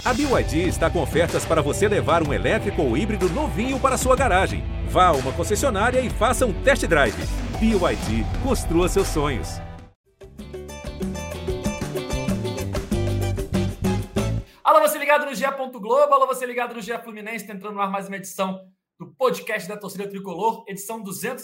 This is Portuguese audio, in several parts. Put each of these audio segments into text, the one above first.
A BYD está com ofertas para você levar um elétrico ou híbrido novinho para sua garagem. Vá a uma concessionária e faça um test drive. BYD, construa seus sonhos. Alô, você ligado no GE. Globo, alô, você ligado no GE Fluminense, tá entrando no ar mais uma edição do podcast da Torcida Tricolor, edição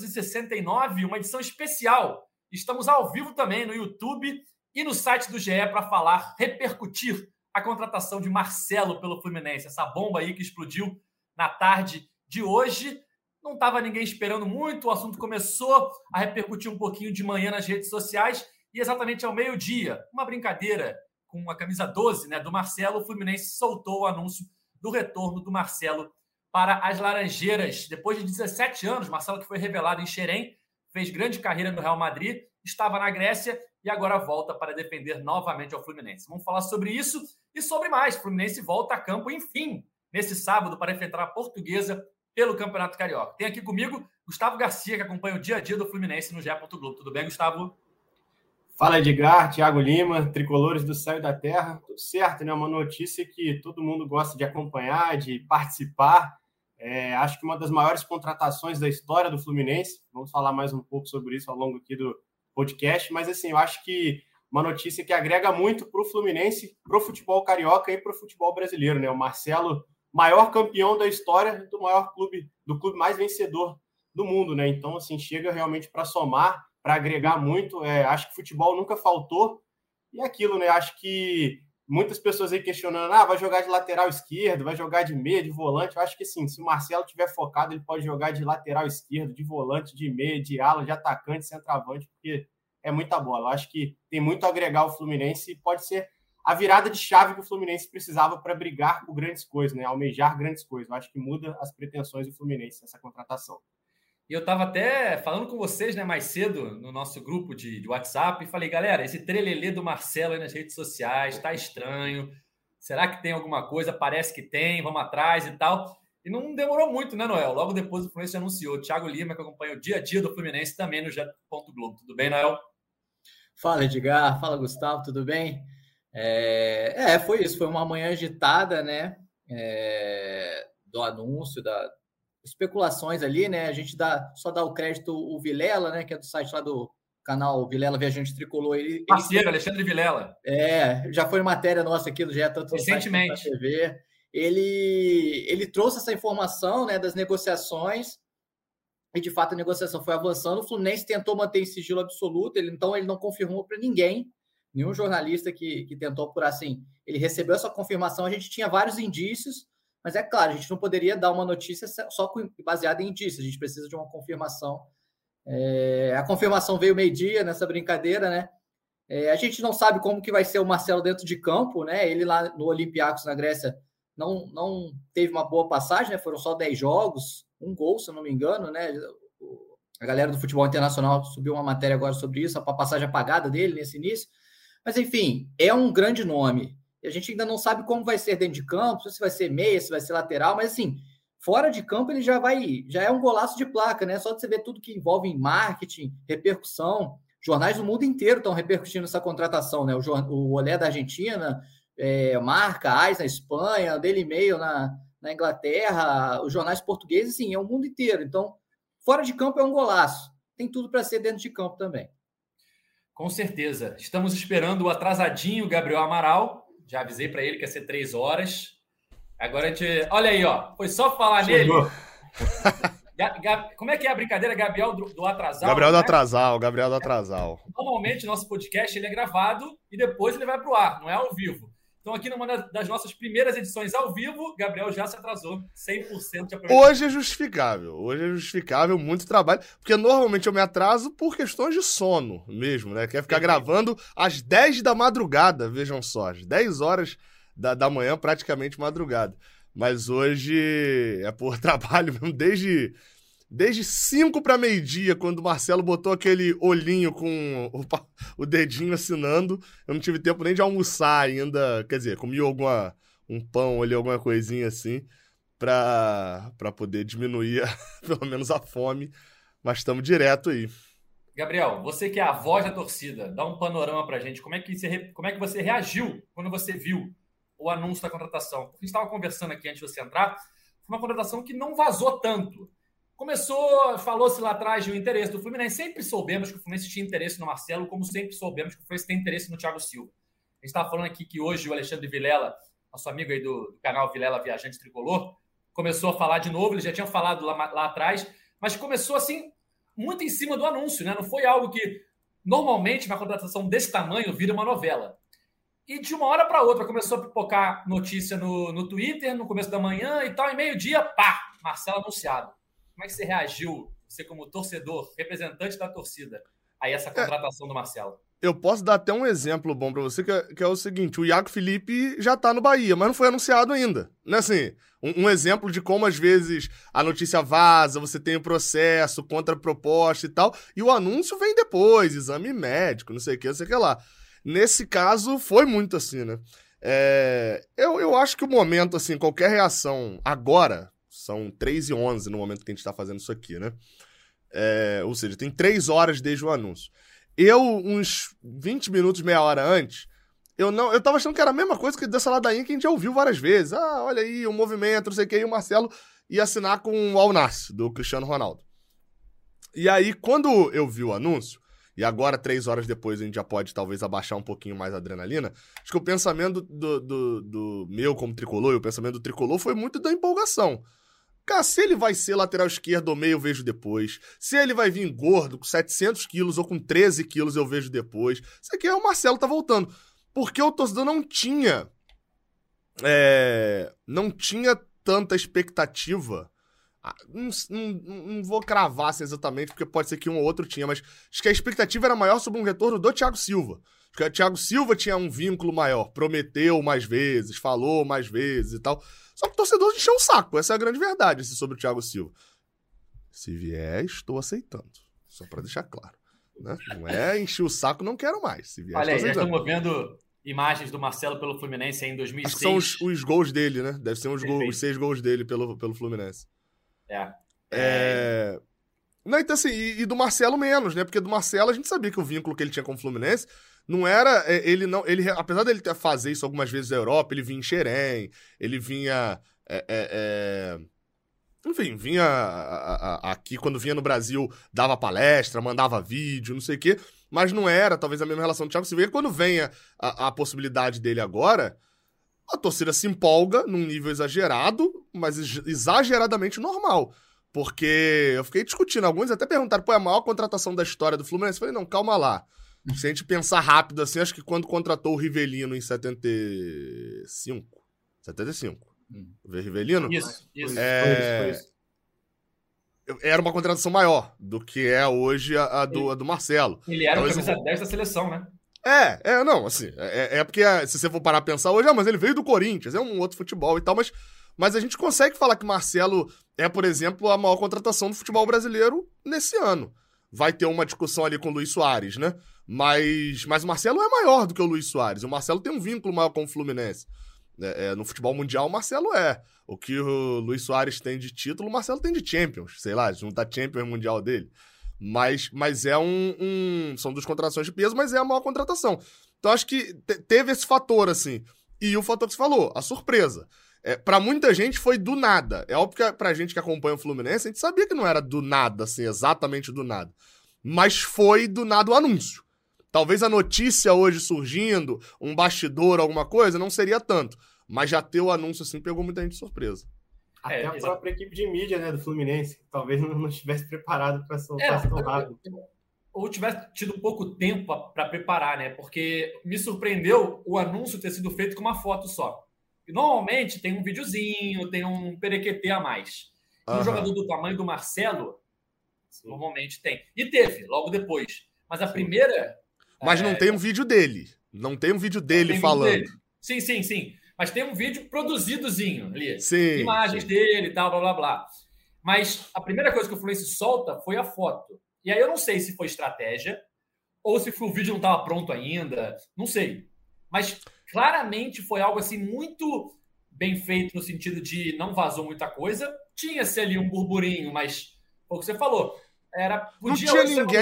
269, uma edição especial. Estamos ao vivo também no YouTube e no site do GE para falar, repercutir a contratação de Marcelo pelo Fluminense, essa bomba aí que explodiu na tarde de hoje. Não estava ninguém esperando muito, o assunto começou a repercutir um pouquinho de manhã nas redes sociais e exatamente ao meio-dia, uma brincadeira com a camisa 12, né, do Marcelo, o Fluminense soltou o anúncio do retorno do Marcelo para as Laranjeiras. Depois de 17 anos, Marcelo, que foi revelado em Xerém, fez grande carreira no Real Madrid, estava na Grécia e agora volta para defender novamente ao Fluminense. Vamos falar sobre isso e sobre mais. O Fluminense volta a campo, enfim, nesse sábado para enfrentar a Portuguesa pelo Campeonato Carioca. Tem aqui comigo Gustavo Garcia, que acompanha o dia a dia do Fluminense no GE. Globo. Tudo bem, Gustavo? Fala, Edgar, Thiago Lima, tricolores do céu e da terra. Tudo certo, né? Uma notícia que todo mundo gosta de acompanhar, de participar. Acho que uma das maiores contratações da história do Fluminense. Vamos falar mais um pouco sobre isso ao longo aqui do podcast. Mas, assim, eu acho que uma notícia que agrega muito para o Fluminense, para o futebol carioca e para o futebol brasileiro, né? O Marcelo, maior campeão da história do maior clube, do clube mais vencedor do mundo, né? Então, assim, chega realmente para somar, para agregar muito. Acho que futebol nunca faltou. E aquilo, né? Acho que muitas pessoas aí questionando, vai jogar de lateral esquerdo, vai jogar de meia, de volante. Eu acho que sim, se o Marcelo estiver focado, ele pode jogar de lateral esquerdo, de volante, de meia, de ala, de atacante, centroavante, porque é muita bola. Eu acho que tem muito a agregar ao Fluminense e pode ser a virada de chave que o Fluminense precisava para brigar por grandes coisas, né? Almejar grandes coisas. Eu acho que muda as pretensões do Fluminense nessa contratação. E eu estava até falando com vocês, né, mais cedo no nosso grupo de WhatsApp e falei, galera, esse trelelê do Marcelo aí nas redes sociais está estranho. Será que tem alguma coisa? Parece que tem, vamos atrás e tal. E não demorou muito, né, Noel? Logo depois o Fluminense anunciou. Thiago Lima, que acompanha o dia a dia do Fluminense também no GE. Globo. Tudo bem, Noel? Fala, Edgar. Fala, Gustavo. Tudo bem? Foi isso. Foi uma manhã agitada, né? Do anúncio, da especulações ali, né? A gente só dá o crédito o Vilela, né? Que é do site lá do canal Vilela Viajante Tricolor. Parceiro, Alexandre Vilela. Já foi matéria nossa aqui do GE, tanto no site quanto na TV. Ele trouxe essa informação, né, das negociações e, de fato, a negociação foi avançando. O Fluminense tentou manter em sigilo absoluto, então ele não confirmou para ninguém, nenhum jornalista que tentou apurar, assim, ele recebeu essa confirmação, a gente tinha vários indícios, mas é claro, a gente não poderia dar uma notícia só baseada em indícios, a gente precisa de uma confirmação. A confirmação veio meio-dia nessa brincadeira, né? A gente não sabe como que vai ser o Marcelo dentro de campo, né? Ele lá no Olympiacos, na Grécia, não teve uma boa passagem, né? Foram só 10 jogos, um gol, se eu não me engano, né? A galera do futebol internacional subiu uma matéria agora sobre isso, a passagem apagada dele nesse início. Mas, enfim, é um grande nome. E a gente ainda não sabe como vai ser dentro de campo, se vai ser meia, se vai ser lateral, mas, assim, fora de campo ele já é um golaço de placa, né? Só de você ver tudo que envolve em marketing, repercussão. Jornais do mundo inteiro estão repercutindo essa contratação, né? O Olé da Argentina, Marca, AS na Espanha, Daily Mail na Inglaterra, os jornais portugueses, sim, é o mundo inteiro. Então, fora de campo é um golaço. Tem tudo para ser dentro de campo também. Com certeza. Estamos esperando o atrasadinho Gabriel Amaral. Já avisei para ele que ia ser 3 horas. Agora a gente... Olha aí, ó. Foi só falar Chegou. nele. Como é que é a brincadeira, Gabriel do Atrasal? Gabriel do Atrasal, Gabriel do Atrasal. Normalmente, nosso podcast ele é gravado e depois ele vai para o ar, não é ao vivo. Então, aqui numa das nossas primeiras edições ao vivo, Gabriel já se atrasou 100% de aproveitamento. Hoje é justificável, muito trabalho, porque normalmente eu me atraso por questões de sono mesmo, né? Quer ficar gravando às 10 da madrugada, vejam só, às 10 horas da manhã, praticamente madrugada. Mas hoje é por trabalho mesmo, desde 5 para meio-dia, quando o Marcelo botou aquele olhinho com o dedinho assinando, eu não tive tempo nem de almoçar ainda, quer dizer, comi um pão ali, alguma coisinha assim, para poder diminuir pelo menos a fome, mas estamos direto aí. Gabriel, você que é a voz da torcida, dá um panorama pra gente, como é que você reagiu quando você viu o anúncio da contratação? Porque a gente estava conversando aqui antes de você entrar, foi uma contratação que não vazou tanto. Falou-se lá atrás de um interesse do Fluminense. Sempre soubemos que o Fluminense tinha interesse no Marcelo, como sempre soubemos que o Fluminense tem interesse no Thiago Silva. A gente estava falando aqui que hoje o Alexandre Vilela, nosso amigo aí do canal Vilela Viajante Tricolor, começou a falar de novo. Ele já tinha falado lá atrás, mas começou assim, muito em cima do anúncio, né? Não foi algo que, normalmente, uma contratação desse tamanho vira uma novela. E de uma hora para outra começou a pipocar notícia no Twitter, no começo da manhã e tal, e meio-dia, pá, Marcelo anunciado. Como é que você reagiu, você como torcedor, representante da torcida, a essa contratação do Marcelo? Eu posso dar até um exemplo bom pra você, que é o seguinte, o Iago Felipe já tá no Bahia, mas não foi anunciado ainda. Né, assim, um exemplo de como, às vezes, a notícia vaza, você tem o processo, contraproposta e tal, e o anúncio vem depois, exame médico, não sei o que lá. Nesse caso, foi muito assim, né? Eu acho que o momento, assim, qualquer reação agora, são 3h11 no momento que a gente tá fazendo isso aqui, né? Ou seja, tem 3 horas desde o anúncio. Uns 20 minutos, meia hora antes, eu tava achando que era a mesma coisa que dessa ladainha que a gente já ouviu várias vezes. Ah, olha aí, o movimento, não sei o que, e o Marcelo ia assinar com o Al Nassr, do Cristiano Ronaldo. E aí, quando eu vi o anúncio, e agora, 3 horas depois, a gente já pode talvez abaixar um pouquinho mais a adrenalina, acho que o pensamento do meu como tricolor, e o pensamento do tricolor foi muito da empolgação. Cara, se ele vai ser lateral esquerdo ou meio, eu vejo depois. Se ele vai vir gordo, com 700 quilos ou com 13 quilos, eu vejo depois. Isso aqui o Marcelo tá voltando. Porque o torcedor não tinha tanta expectativa. Não vou cravar assim, exatamente, porque pode ser que um ou outro tinha, mas acho que a expectativa era maior sobre um retorno do Thiago Silva. Acho que o Thiago Silva tinha um vínculo maior, prometeu mais vezes, falou mais vezes e tal. Só que o torcedor encheu o saco, essa é a grande verdade sobre o Thiago Silva. Se vier, estou aceitando. Só para deixar claro. Né? Não é encher o saco, não quero mais. Se vier, olha aí, já estamos vendo imagens do Marcelo pelo Fluminense em 2006. Acho que são os gols dele, né? Deve ser os 6 gols dele pelo Fluminense. Não, então assim, e do Marcelo menos, né? Porque do Marcelo a gente sabia que o vínculo que ele tinha com o Fluminense não era, apesar dele fazer isso algumas vezes na Europa, ele vinha em Xerém, ele vinha, enfim, vinha aqui, quando vinha no Brasil, dava palestra, mandava vídeo, não sei o quê, mas não era, talvez, a mesma relação do Thiago Silva. E quando vem a possibilidade dele agora, a torcida se empolga num nível exagerado, mas exageradamente normal. Porque eu fiquei discutindo, alguns até perguntaram, é a maior contratação da história do Fluminense? Eu falei, não, calma lá. Se a gente pensar rápido assim, acho que quando contratou o Rivelino em 75. Vê Rivelino? Isso. Era uma contratação maior do que é hoje a do Marcelo. Ele era o camisa 10 da seleção, né? Não, assim, porque se você for parar a pensar hoje, mas ele veio do Corinthians, é um outro futebol e tal, mas a gente consegue falar que Marcelo é, por exemplo, a maior contratação do futebol brasileiro nesse ano. Vai ter uma discussão ali com o Luis Soares, né? Mas o Marcelo é maior do que o Luis Soares. O Marcelo tem um vínculo maior com o Fluminense. No futebol mundial, o Marcelo é. O que o Luis Soares tem de título, o Marcelo tem de Champions. Sei lá, não tá Champions mundial dele. Mas é são 2 contratações de peso, mas é a maior contratação. Então acho que teve esse fator, assim. E o fator que você falou, a surpresa. Pra muita gente foi do nada. É óbvio que pra gente que acompanha o Fluminense, a gente sabia que não era do nada, assim, exatamente do nada. Mas foi do nada o anúncio. Talvez a notícia hoje surgindo, um bastidor, alguma coisa, não seria tanto. Mas já ter o anúncio assim pegou muita gente de surpresa. Até a própria equipe de mídia, né, do Fluminense, talvez não estivesse preparado para soltar tão rápido. Ou tivesse tido pouco tempo para preparar, né? Porque me surpreendeu o anúncio ter sido feito com uma foto só. E normalmente tem um videozinho, tem um perequetê a mais. Um jogador do tamanho do Marcelo, normalmente tem. E teve, logo depois. Mas a primeira... Mas não tem um vídeo dele. Não tem um vídeo dele falando. Sim. Mas tem um vídeo produzidozinho ali. Sim. Imagens dele e tal, blá, blá, blá. Mas a primeira coisa que o Fluminense solta foi a foto. E aí eu não sei se foi estratégia ou se o vídeo não estava pronto ainda. Não sei. Mas claramente foi algo assim muito bem feito no sentido de não vazou muita coisa. Tinha-se ali um burburinho, mas foi o que você falou. Não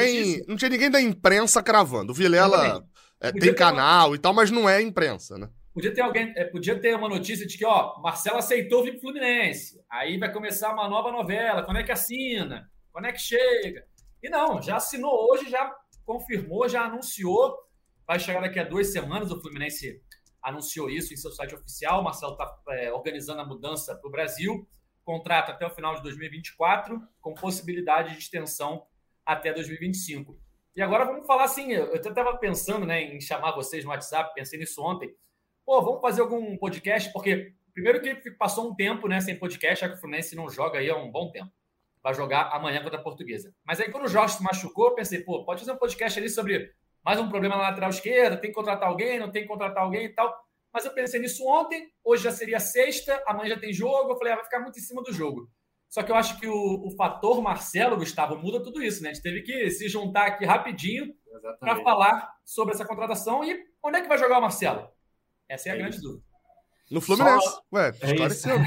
tinha ninguém da imprensa cravando. O Vilela tem canal e tal, mas não é imprensa, né? Podia ter uma notícia de que, Marcelo aceitou vir pro Fluminense. Aí vai começar uma nova novela. Quando é que assina? Quando é que chega? E não, já assinou hoje, já confirmou, já anunciou. Vai chegar daqui a 2 semanas. O Fluminense anunciou isso em seu site oficial. O Marcelo está organizando a mudança para o Brasil. Contrato até o final de 2024, com possibilidade de extensão até 2025. E agora vamos falar assim, eu até estava pensando, né, em chamar vocês no WhatsApp, pensei nisso ontem. Vamos fazer algum podcast, porque primeiro que passou um tempo, né, sem podcast, já que o Fluminense não joga aí há um bom tempo. Vai jogar amanhã contra a Portuguesa. Mas aí quando o Jorge se machucou, eu pensei, pode fazer um podcast ali sobre mais um problema na lateral esquerda, tem que contratar alguém, não tem que contratar alguém e tal. Mas eu pensei nisso ontem, hoje já seria sexta, amanhã já tem jogo, eu falei, vai ficar muito em cima do jogo. Só que eu acho que o fator Marcelo, Gustavo, muda tudo isso, né? A gente teve que se juntar aqui rapidinho para falar sobre essa contratação. E onde é que vai jogar o Marcelo? Essa é a grande dúvida. No Fluminense. Esclareceu.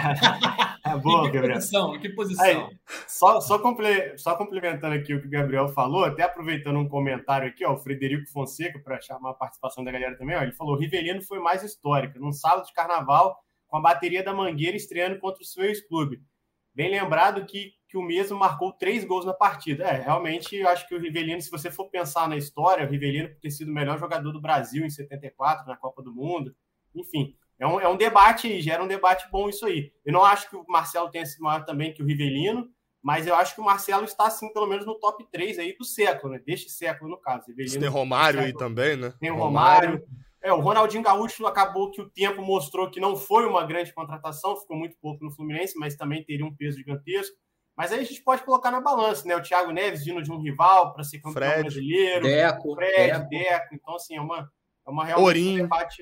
Boa, Gabriel. Em que posição? Aí, só complementando aqui o que o Gabriel falou, até aproveitando um comentário aqui, o Frederico Fonseca, para chamar a participação da galera também, ele falou: o Rivelino foi mais histórica, num sábado de carnaval, com a bateria da Mangueira estreando contra o seu ex-clube. Bem lembrado que o mesmo marcou 3 gols na partida. Realmente, eu acho que o Rivelino, se você for pensar na história, o Rivelino por ter sido o melhor jogador do Brasil em 74, na Copa do Mundo, enfim, é um debate, gera um debate bom isso aí. Eu não acho que o Marcelo tenha sido maior também que o Rivelino, mas eu acho que o Marcelo está, assim, pelo menos no top 3 aí do século, né? Deste século, no caso. Rivelino, tem Romário aí também, né? Tem o Romário. O Ronaldinho Gaúcho acabou que o tempo mostrou que não foi uma grande contratação, ficou muito pouco no Fluminense, mas também teria um peso gigantesco. Mas aí a gente pode colocar na balança, né? O Thiago Neves vindo de um rival para ser campeão brasileiro. Deco. Então, assim, é uma realmente debate.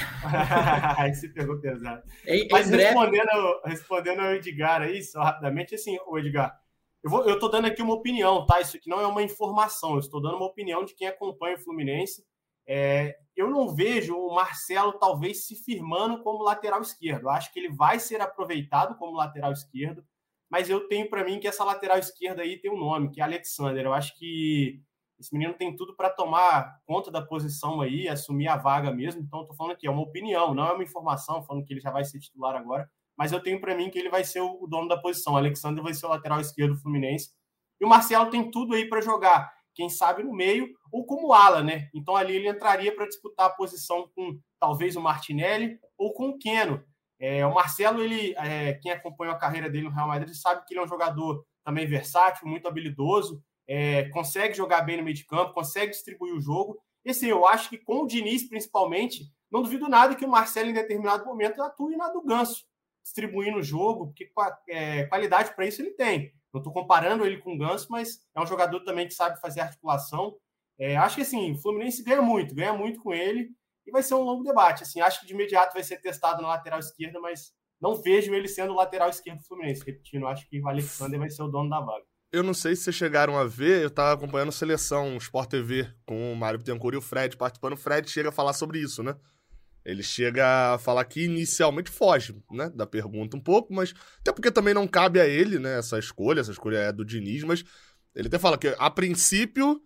Aí você pegou pesado. Mas respondendo ao Edgar aí, só rapidamente, assim, o Edgar, eu tô dando aqui uma opinião, tá? Isso aqui não é uma informação, eu estou dando uma opinião de quem acompanha o Fluminense. Eu não vejo o Marcelo talvez se firmando como lateral esquerdo. Eu acho que ele vai ser aproveitado como lateral esquerdo, mas eu tenho para mim que essa lateral esquerda aí tem um nome, que é Alexander. Eu acho que esse menino tem tudo para tomar conta da posição aí, assumir a vaga mesmo. Então, eu tô falando aqui, é uma opinião, não é uma informação, falando que ele já vai ser titular agora, mas eu tenho para mim que ele vai ser o dono da posição. O Alexander vai ser o lateral esquerdo do Fluminense. E o Marcelo tem tudo aí para jogar, quem sabe no meio, ou como ala, né? Então ali ele entraria para disputar a posição com talvez o Martinelli ou com o Keno. O Marcelo, quem acompanha a carreira dele no Real Madrid sabe que ele é um jogador também versátil, muito habilidoso, consegue jogar bem no meio de campo, consegue distribuir o jogo. E assim, eu acho que com o Diniz, principalmente, não duvido nada que o Marcelo, em determinado momento, atue na do Ganso, distribuindo o jogo, porque qualidade para isso ele tem. Não estou comparando ele com o Ganso, mas é um jogador também que sabe fazer articulação. Acho que assim, o Fluminense ganha muito com ele, e vai ser um longo debate. Assim, acho que de imediato vai ser testado na lateral esquerda, mas não vejo ele sendo o lateral esquerdo do Fluminense. Repetindo, acho que o Alexander vai ser o dono da vaga. Eu não sei se vocês chegaram a ver, eu estava acompanhando Seleção Sport TV com o Mário Bittencourt e o Fred participando. O Fred chega a falar sobre isso, né? Ele chega a falar que inicialmente foge, né, da pergunta um pouco, mas até porque também não cabe a ele, né, essa escolha é do Diniz, mas ele até fala que, a princípio,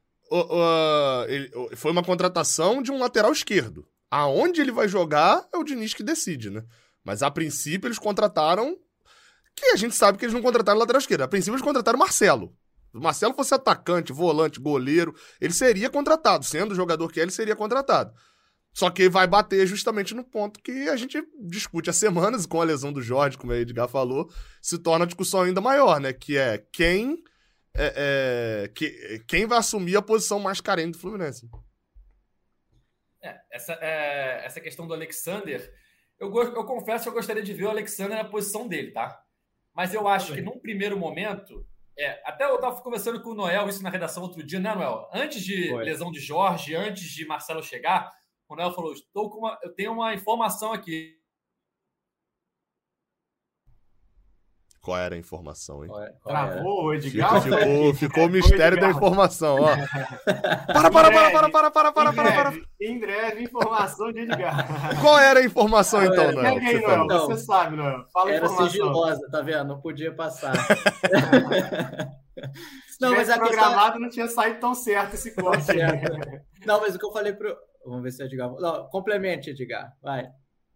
foi uma contratação de um lateral esquerdo. Aonde ele vai jogar é o Diniz que decide, né? Mas, a princípio, eles contrataram, que a gente sabe que eles não contrataram lateral esquerdo. A princípio, eles contrataram o Marcelo. Se o Marcelo fosse atacante, volante, goleiro, ele seria contratado. Sendo o jogador que ele seria contratado. Só que vai bater justamente no ponto que a gente discute há semanas, com a lesão do Jorge, como o Edgar falou, se torna a discussão ainda maior, né? Que é quem vai assumir a posição mais carente do Fluminense. Essa questão do Alexander, eu confesso que eu gostaria de ver o Alexander na posição dele, tá? Mas eu acho que num primeiro momento, até eu estava conversando com o Noel, isso na redação outro dia, né, Noel? Antes de lesão de Jorge, antes de Marcelo chegar, o Noel falou, eu tenho uma informação aqui. Qual era a informação, hein? Travou o Edgar? Ficou o mistério da informação, ó. Para. Em breve, informação de Edgar. Qual era a informação, então, Noel? Você sabe, Noel. Fala a informação. Era sigilosa, tá vendo? Não podia passar. Não, mas a programado não tinha saído tão certo esse corte. Não, mas o que eu falei Vamos ver se o Edgar... Não, complemente, Edgar. Vai.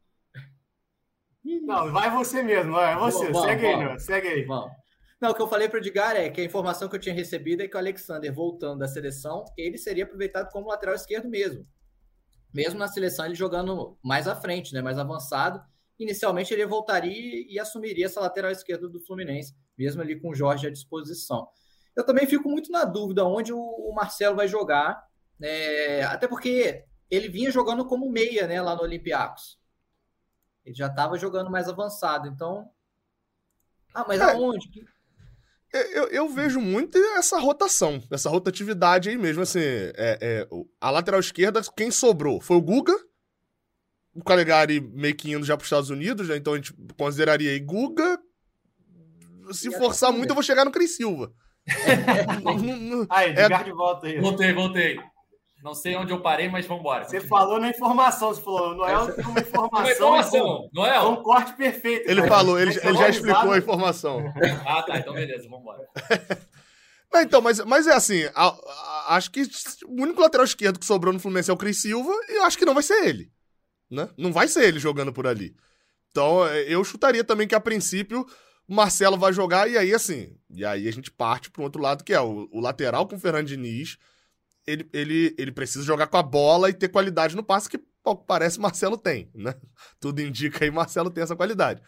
Não, vai você mesmo. Vai você. Segue aí, Noel. Segue aí. Vamos. Não, o que eu falei para o Edgar é que a informação que eu tinha recebido é que o Alexander, voltando da seleção, ele seria aproveitado como lateral esquerdo mesmo. Mesmo na seleção, ele jogando mais à frente, né, mais avançado. Inicialmente, ele voltaria e assumiria essa lateral esquerda do Fluminense, mesmo ali com o Jorge à disposição. Eu também fico muito na dúvida onde o Marcelo vai jogar, até porque ele vinha jogando como meia, né, lá no Olympiacos. Ele já estava jogando mais avançado, então... mas aonde? Eu vejo muito essa rotação, essa rotatividade aí mesmo, assim, a lateral esquerda, quem sobrou? Foi o Guga, o Calegari meio que indo já para os Estados Unidos, né? Então a gente consideraria aí Guga, se forçar muito eu vou chegar no Cris Silva. Aí, Edgar de volta aí. Voltei. Não sei onde eu parei, mas vamos embora. Você falou na informação, você falou, Noel tem uma informação. Noel. É um corte perfeito. Ele falou, ele já explicou a informação. Tá, então beleza, vamos embora. Não, então, mas é assim, acho que o único lateral esquerdo que sobrou no Fluminense é o Cris Silva, e eu acho que não vai ser ele, né? Não vai ser ele jogando por ali. Então, eu chutaria também que, a princípio, o Marcelo vai jogar, e aí a gente parte para o outro lado, que é o lateral com o Fernando Diniz. Ele precisa jogar com a bola e ter qualidade no passe, que, ao que parece, Marcelo tem, né? Tudo indica aí, Marcelo tem essa qualidade.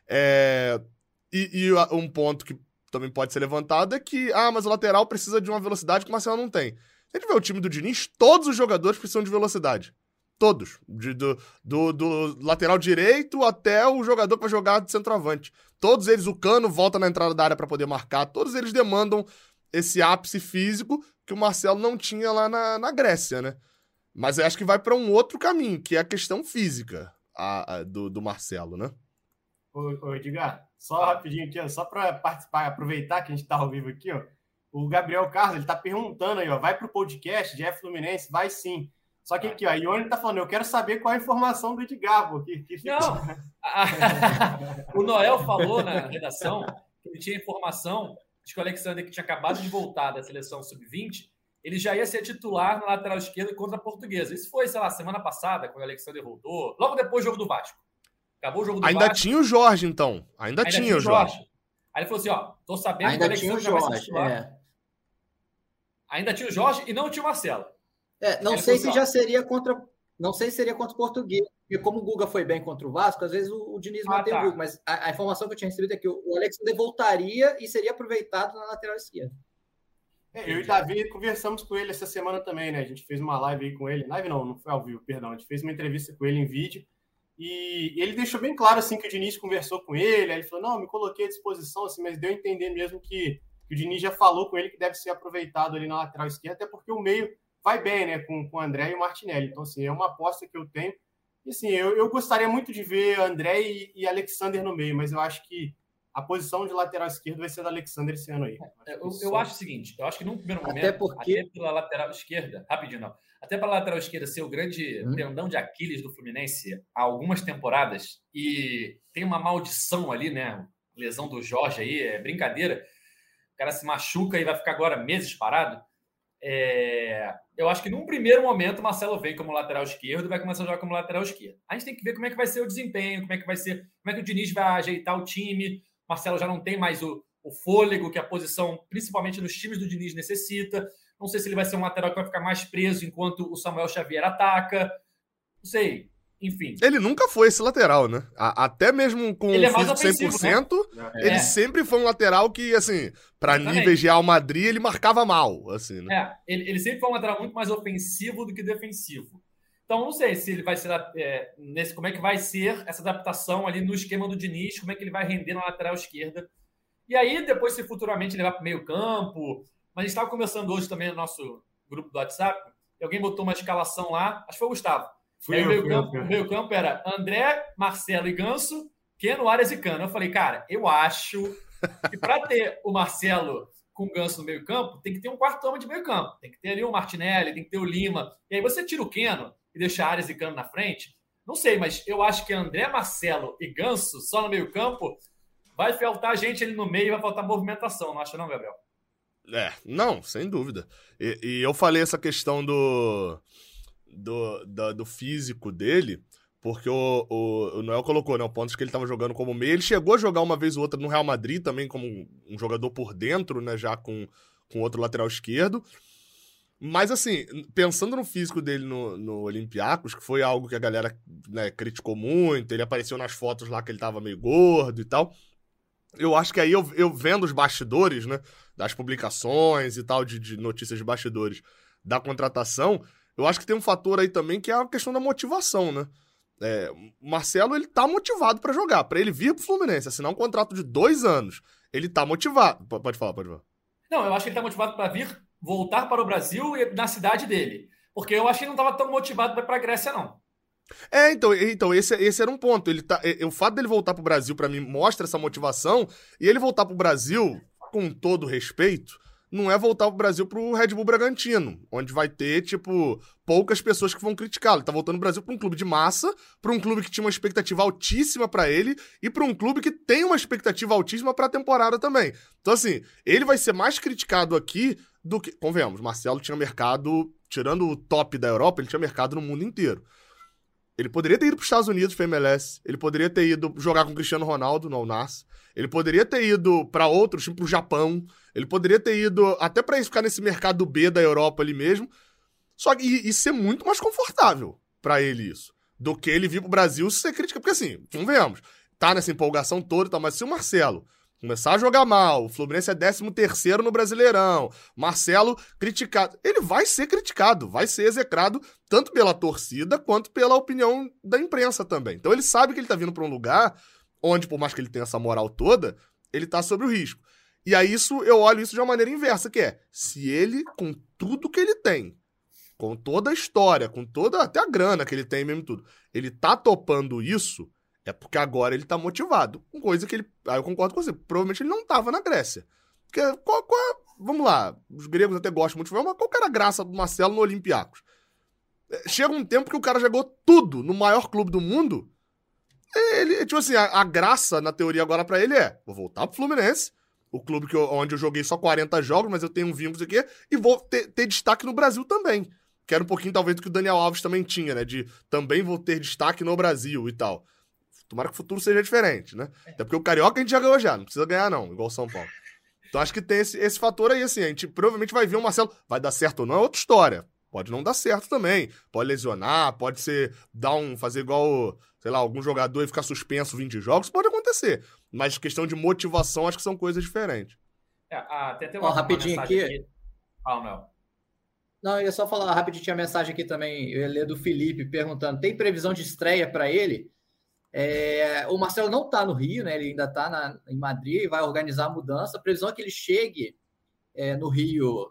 E um ponto que também pode ser levantado é que, mas o lateral precisa de uma velocidade que o Marcelo não tem. Se a gente vê o time do Diniz, todos os jogadores precisam de velocidade. Todos. Do lateral direito até o jogador que vai jogar de centroavante. Todos eles, o Cano volta na entrada da área para poder marcar, todos eles demandam esse ápice físico que o Marcelo não tinha lá na Grécia, né? Mas eu acho que vai para um outro caminho, que é a questão física do Marcelo, né? Ô, Edgar, só rapidinho aqui, ó, só para participar, aproveitar que a gente tá ao vivo aqui, ó, o Gabriel Carlos, ele tá perguntando aí, ó, vai pro podcast de Fluminense? Vai sim. Só que aqui, ó, a Ione tá falando, eu quero saber qual é a informação do Edgar, porque... Não, o Noel falou na redação que ele tinha informação de que o Alexander, que tinha acabado de voltar da seleção sub-20, ele já ia ser titular na lateral esquerda contra a Portuguesa. Isso foi, sei lá, semana passada, quando o Alexander voltou, logo depois do jogo do Vasco. Acabou o jogo do Vasco. Ainda tinha o Jorge, então. Ainda tinha o Jorge. Aí ele falou assim, ó, tô sabendo que o Alexander já vai ser titular. Ainda tinha o Jorge e não tinha o Marcelo. Não sei se já seria contra... Não sei se seria contra o Português, porque como o Guga foi bem contra o Vasco, às vezes o Diniz mantém o Guga, mas a informação que eu tinha recebido é que o Alexander voltaria e seria aproveitado na lateral esquerda. Eu e o Davi conversamos com ele essa semana também, né? A gente fez uma live aí com ele. Live não foi ao vivo, perdão. A gente fez uma entrevista com ele em vídeo e ele deixou bem claro, assim, que o Diniz conversou com ele. Aí ele falou, não, me coloquei à disposição, assim, mas deu a entender mesmo que o Diniz já falou com ele que deve ser aproveitado ali na lateral esquerda, até porque o meio vai bem, né, com o André e o Martinelli. Então, assim, é uma aposta que eu tenho. E, assim, eu gostaria muito de ver André e Alexander no meio, mas eu acho que a posição de lateral esquerdo vai ser do Alexander esse ano aí. Eu acho o seguinte, eu acho que num primeiro momento, até pela lateral esquerda, rapidinho não, até pela lateral esquerda ser o grande tendão de Aquiles do Fluminense há algumas temporadas, e tem uma maldição ali, né, lesão do Jorge aí, é brincadeira, o cara se machuca e vai ficar agora meses parado. Eu acho que num primeiro momento o Marcelo vem como lateral esquerdo e vai começar a jogar como lateral esquerdo. A gente tem que ver como é que vai ser o desempenho, como é que o Diniz vai ajeitar o time. O Marcelo já não tem mais o fôlego que a posição, principalmente nos times do Diniz, necessita. Não sei se ele vai ser um lateral que vai ficar mais preso enquanto o Samuel Xavier ataca. Não sei. Enfim. Ele nunca foi esse lateral, né? Até mesmo com ele o físico 100%, né? Ele sempre foi um lateral que, assim, para níveis de Real Madrid, ele marcava mal, assim, né? Ele sempre foi um lateral muito mais ofensivo do que defensivo. Então, não sei se ele vai ser como é que vai ser essa adaptação ali no esquema do Diniz, como é que ele vai render na lateral esquerda. E aí, depois, se futuramente ele vai para o meio campo... Mas a gente estava conversando hoje também no nosso grupo do WhatsApp, e alguém botou uma escalação lá, acho que foi o Gustavo. O meio campo era André, Marcelo e Ganso, Keno, Arias e Cano. Eu falei, cara, eu acho que para ter o Marcelo com o Ganso no meio campo, tem que ter um quarto homem de meio campo. Tem que ter ali o Martinelli, tem que ter o Lima. E aí você tira o Keno e deixa Arias e Cano na frente. Não sei, mas eu acho que André, Marcelo e Ganso só no meio campo vai faltar gente ali no meio e vai faltar movimentação. Não acha não, Gabriel? Não, sem dúvida. E eu falei essa questão do físico dele, porque o Noel colocou, né, o ponto de que ele estava jogando como meia. Ele chegou a jogar uma vez ou outra no Real Madrid também como um jogador por dentro, né, já com outro lateral esquerdo. Mas, assim, pensando no físico dele no Olympiacos, que foi algo que a galera, né, criticou muito, ele apareceu nas fotos lá que ele tava meio gordo e tal. Eu acho que aí eu vendo os bastidores, né, das publicações e tal, de notícias de bastidores da contratação, eu acho que tem um fator aí também que é a questão da motivação, né? O Marcelo, ele tá motivado pra jogar. Pra ele vir pro Fluminense, assinar um contrato de 2 anos, ele tá motivado. Pode falar. Não, eu acho que ele tá motivado pra voltar para o Brasil e na cidade dele. Porque eu acho que ele não tava tão motivado pra ir pra Grécia, não. Então esse era um ponto. O fato dele voltar pro Brasil, pra mim, mostra essa motivação. E ele voltar pro Brasil, com todo respeito, não é voltar pro Brasil pro Red Bull Bragantino, onde vai ter, tipo, poucas pessoas que vão criticá-lo. Ele tá voltando pro Brasil pra um clube de massa, pra um clube que tinha uma expectativa altíssima pra ele e pra um clube que tem uma expectativa altíssima pra temporada também. Então, assim, ele vai ser mais criticado aqui do que... Convenhamos, Marcelo tinha mercado, tirando o top da Europa, ele tinha mercado no mundo inteiro. Ele poderia ter ido para os Estados Unidos para MLS, ele poderia ter ido jogar com o Cristiano Ronaldo no Al-Nassr, ele poderia ter ido para outros, tipo pro Japão, ele poderia ter ido até para ficar nesse mercado B da Europa ali mesmo, só que e ser muito mais confortável para ele isso, do que ele vir pro Brasil ser crítica, porque assim, convenhamos, tá nessa empolgação toda, tá, mas se o Marcelo começar a jogar mal, o Fluminense é 13º no Brasileirão, Marcelo criticado, ele vai ser criticado, vai ser execrado tanto pela torcida quanto pela opinião da imprensa também. Então ele sabe que ele tá vindo pra um lugar onde, por mais que ele tenha essa moral toda, ele tá sob o risco. E aí eu olho isso de uma maneira inversa, que é, se ele, com tudo que ele tem, com toda a história, com toda até a grana que ele tem mesmo tudo, ele tá topando isso, é porque agora ele tá motivado. Uma coisa que ele... Aí eu concordo com você. Provavelmente ele não tava na Grécia. Porque, vamos lá, os gregos até gostam muito de futebol, mas qual que era a graça do Marcelo no Olympiacos? Chega um tempo que o cara jogou tudo no maior clube do mundo. Ele, tipo assim, a graça, na teoria agora pra ele vou voltar pro Fluminense, o clube onde eu joguei só 40 jogos, mas eu tenho um vínculo aqui, e vou ter destaque no Brasil também. Que era um pouquinho, talvez, do que o Daniel Alves também tinha, né? De também vou ter destaque no Brasil e tal. Tomara que o futuro seja diferente, né? Até porque o Carioca a gente já ganhou já, não precisa ganhar não, igual o São Paulo. Então acho que tem esse fator aí, assim, a gente provavelmente vai ver o Marcelo, vai dar certo ou não é outra história. Pode não dar certo também, pode lesionar, pode ser, fazer igual, sei lá, algum jogador e ficar suspenso 20 jogos, pode acontecer. Mas questão de motivação, acho que são coisas diferentes. Tem até uma rapidinho aqui. Não. Não, eu ia só falar rapidinho, tinha mensagem aqui também, eu ia ler do Felipe perguntando, tem previsão de estreia para ele? O Marcelo não está no Rio, né? Ele ainda está em Madrid e vai organizar a mudança. A previsão é que ele chegue no Rio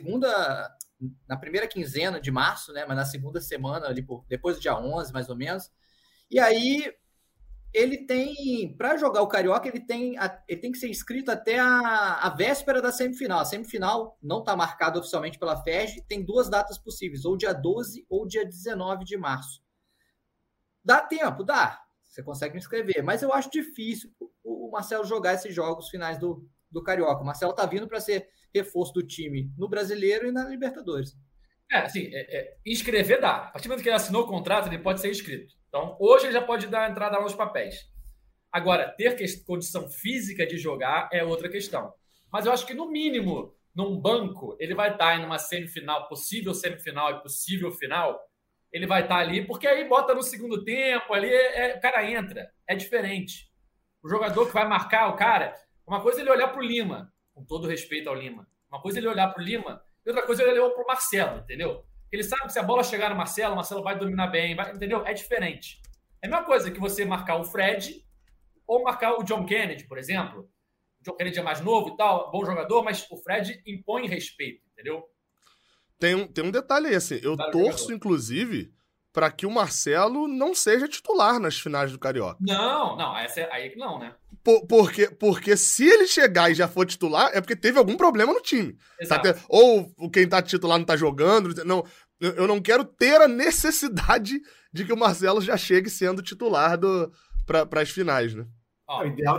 na primeira quinzena de março, né? Mas na segunda semana, ali depois do dia 11, mais ou menos. E aí, ele tem, para jogar o Carioca, ele tem que ser inscrito até a véspera da semifinal. A semifinal não está marcada oficialmente pela FERJ, tem 2 datas possíveis, ou dia 12 ou dia 19 de março. Dá tempo? Dá. Você consegue inscrever, mas eu acho difícil o Marcelo jogar esses jogos finais do Carioca. O Marcelo tá vindo para ser reforço do time no Brasileiro e na Libertadores. Inscrever dá. A partir do momento que ele assinou o contrato, ele pode ser inscrito. Então, hoje ele já pode dar a entrada nos papéis. Agora, ter condição física de jogar é outra questão. Mas eu acho que, no mínimo, num banco, ele vai estar em uma semifinal, possível semifinal e possível final. Ele vai estar ali, porque aí bota no segundo tempo, ali o cara entra. É diferente. O jogador que vai marcar o cara... Uma coisa é ele olhar para o Lima, com todo respeito ao Lima. Uma coisa é ele olhar para o Lima, e outra coisa é ele olhar para o Marcelo, entendeu? Ele sabe que se a bola chegar no Marcelo, o Marcelo vai dominar bem, entendeu? É diferente. É a mesma coisa que você marcar o Fred ou marcar o John Kennedy, por exemplo. O John Kennedy é mais novo e tal, bom jogador, mas o Fred impõe respeito, entendeu? Tem um detalhe aí, assim, eu torço, inclusive, para que o Marcelo não seja titular nas finais do Carioca. Não, aí que não, né? Porque se ele chegar e já for titular, é porque teve algum problema no time. Exato. Ou quem tá titular não tá jogando. Não, eu não quero ter a necessidade de que o Marcelo já chegue sendo titular para as finais, né? O ideal é que ele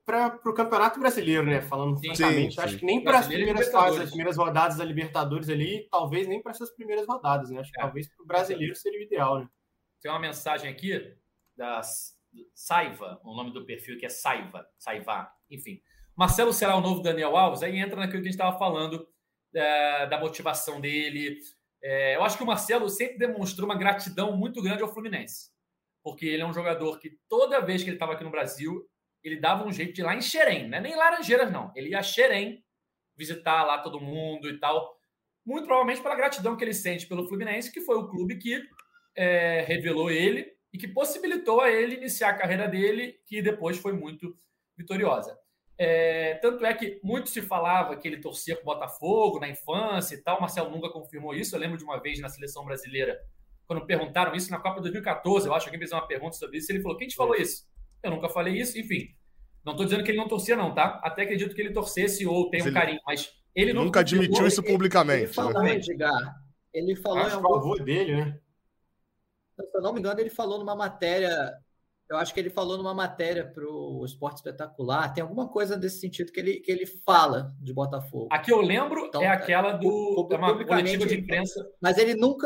para o Campeonato Brasileiro, né? Falando francamente, acho que nem para as primeiras fases, as primeiras rodadas da Libertadores ali, talvez nem para essas primeiras rodadas, né? Acho que talvez para o brasileiro seria o ideal, né? Tem uma mensagem aqui da Saiva, o nome do perfil que é Saiva, enfim. Marcelo será o novo Daniel Alves? Aí entra naquilo que a gente estava falando da motivação dele. Eu acho que o Marcelo sempre demonstrou uma gratidão muito grande ao Fluminense, porque ele é um jogador que toda vez que ele estava aqui no Brasil, ele dava um jeito de ir lá em Xerém, né? Nem Laranjeiras, não. Ele ia a Xerém visitar lá todo mundo e tal, muito provavelmente pela gratidão que ele sente pelo Fluminense, que foi o clube que revelou ele e que possibilitou a ele iniciar a carreira dele, que depois foi muito vitoriosa. Tanto é que muito se falava que ele torcia para o Botafogo na infância e tal. O Marcelo nunca confirmou isso. Eu lembro de uma vez na seleção brasileira, quando perguntaram isso na Copa 2014, eu acho que alguém fez uma pergunta sobre isso, ele falou: quem te falou isso? Eu nunca falei isso. Enfim, não estou dizendo que ele não torcia não, tá? Até acredito que ele torcesse ou tem um carinho, mas ele nunca admitiu isso publicamente. Ele falou, Edgar. Ele falou acho que o avô dele, né? Se eu não me engano, ele falou numa matéria... Eu acho que ele falou numa matéria para o Esporte Espetacular. Tem alguma coisa desse sentido que ele fala de Botafogo. A que eu lembro então, é aquela uma coletiva de imprensa. Mas ele nunca...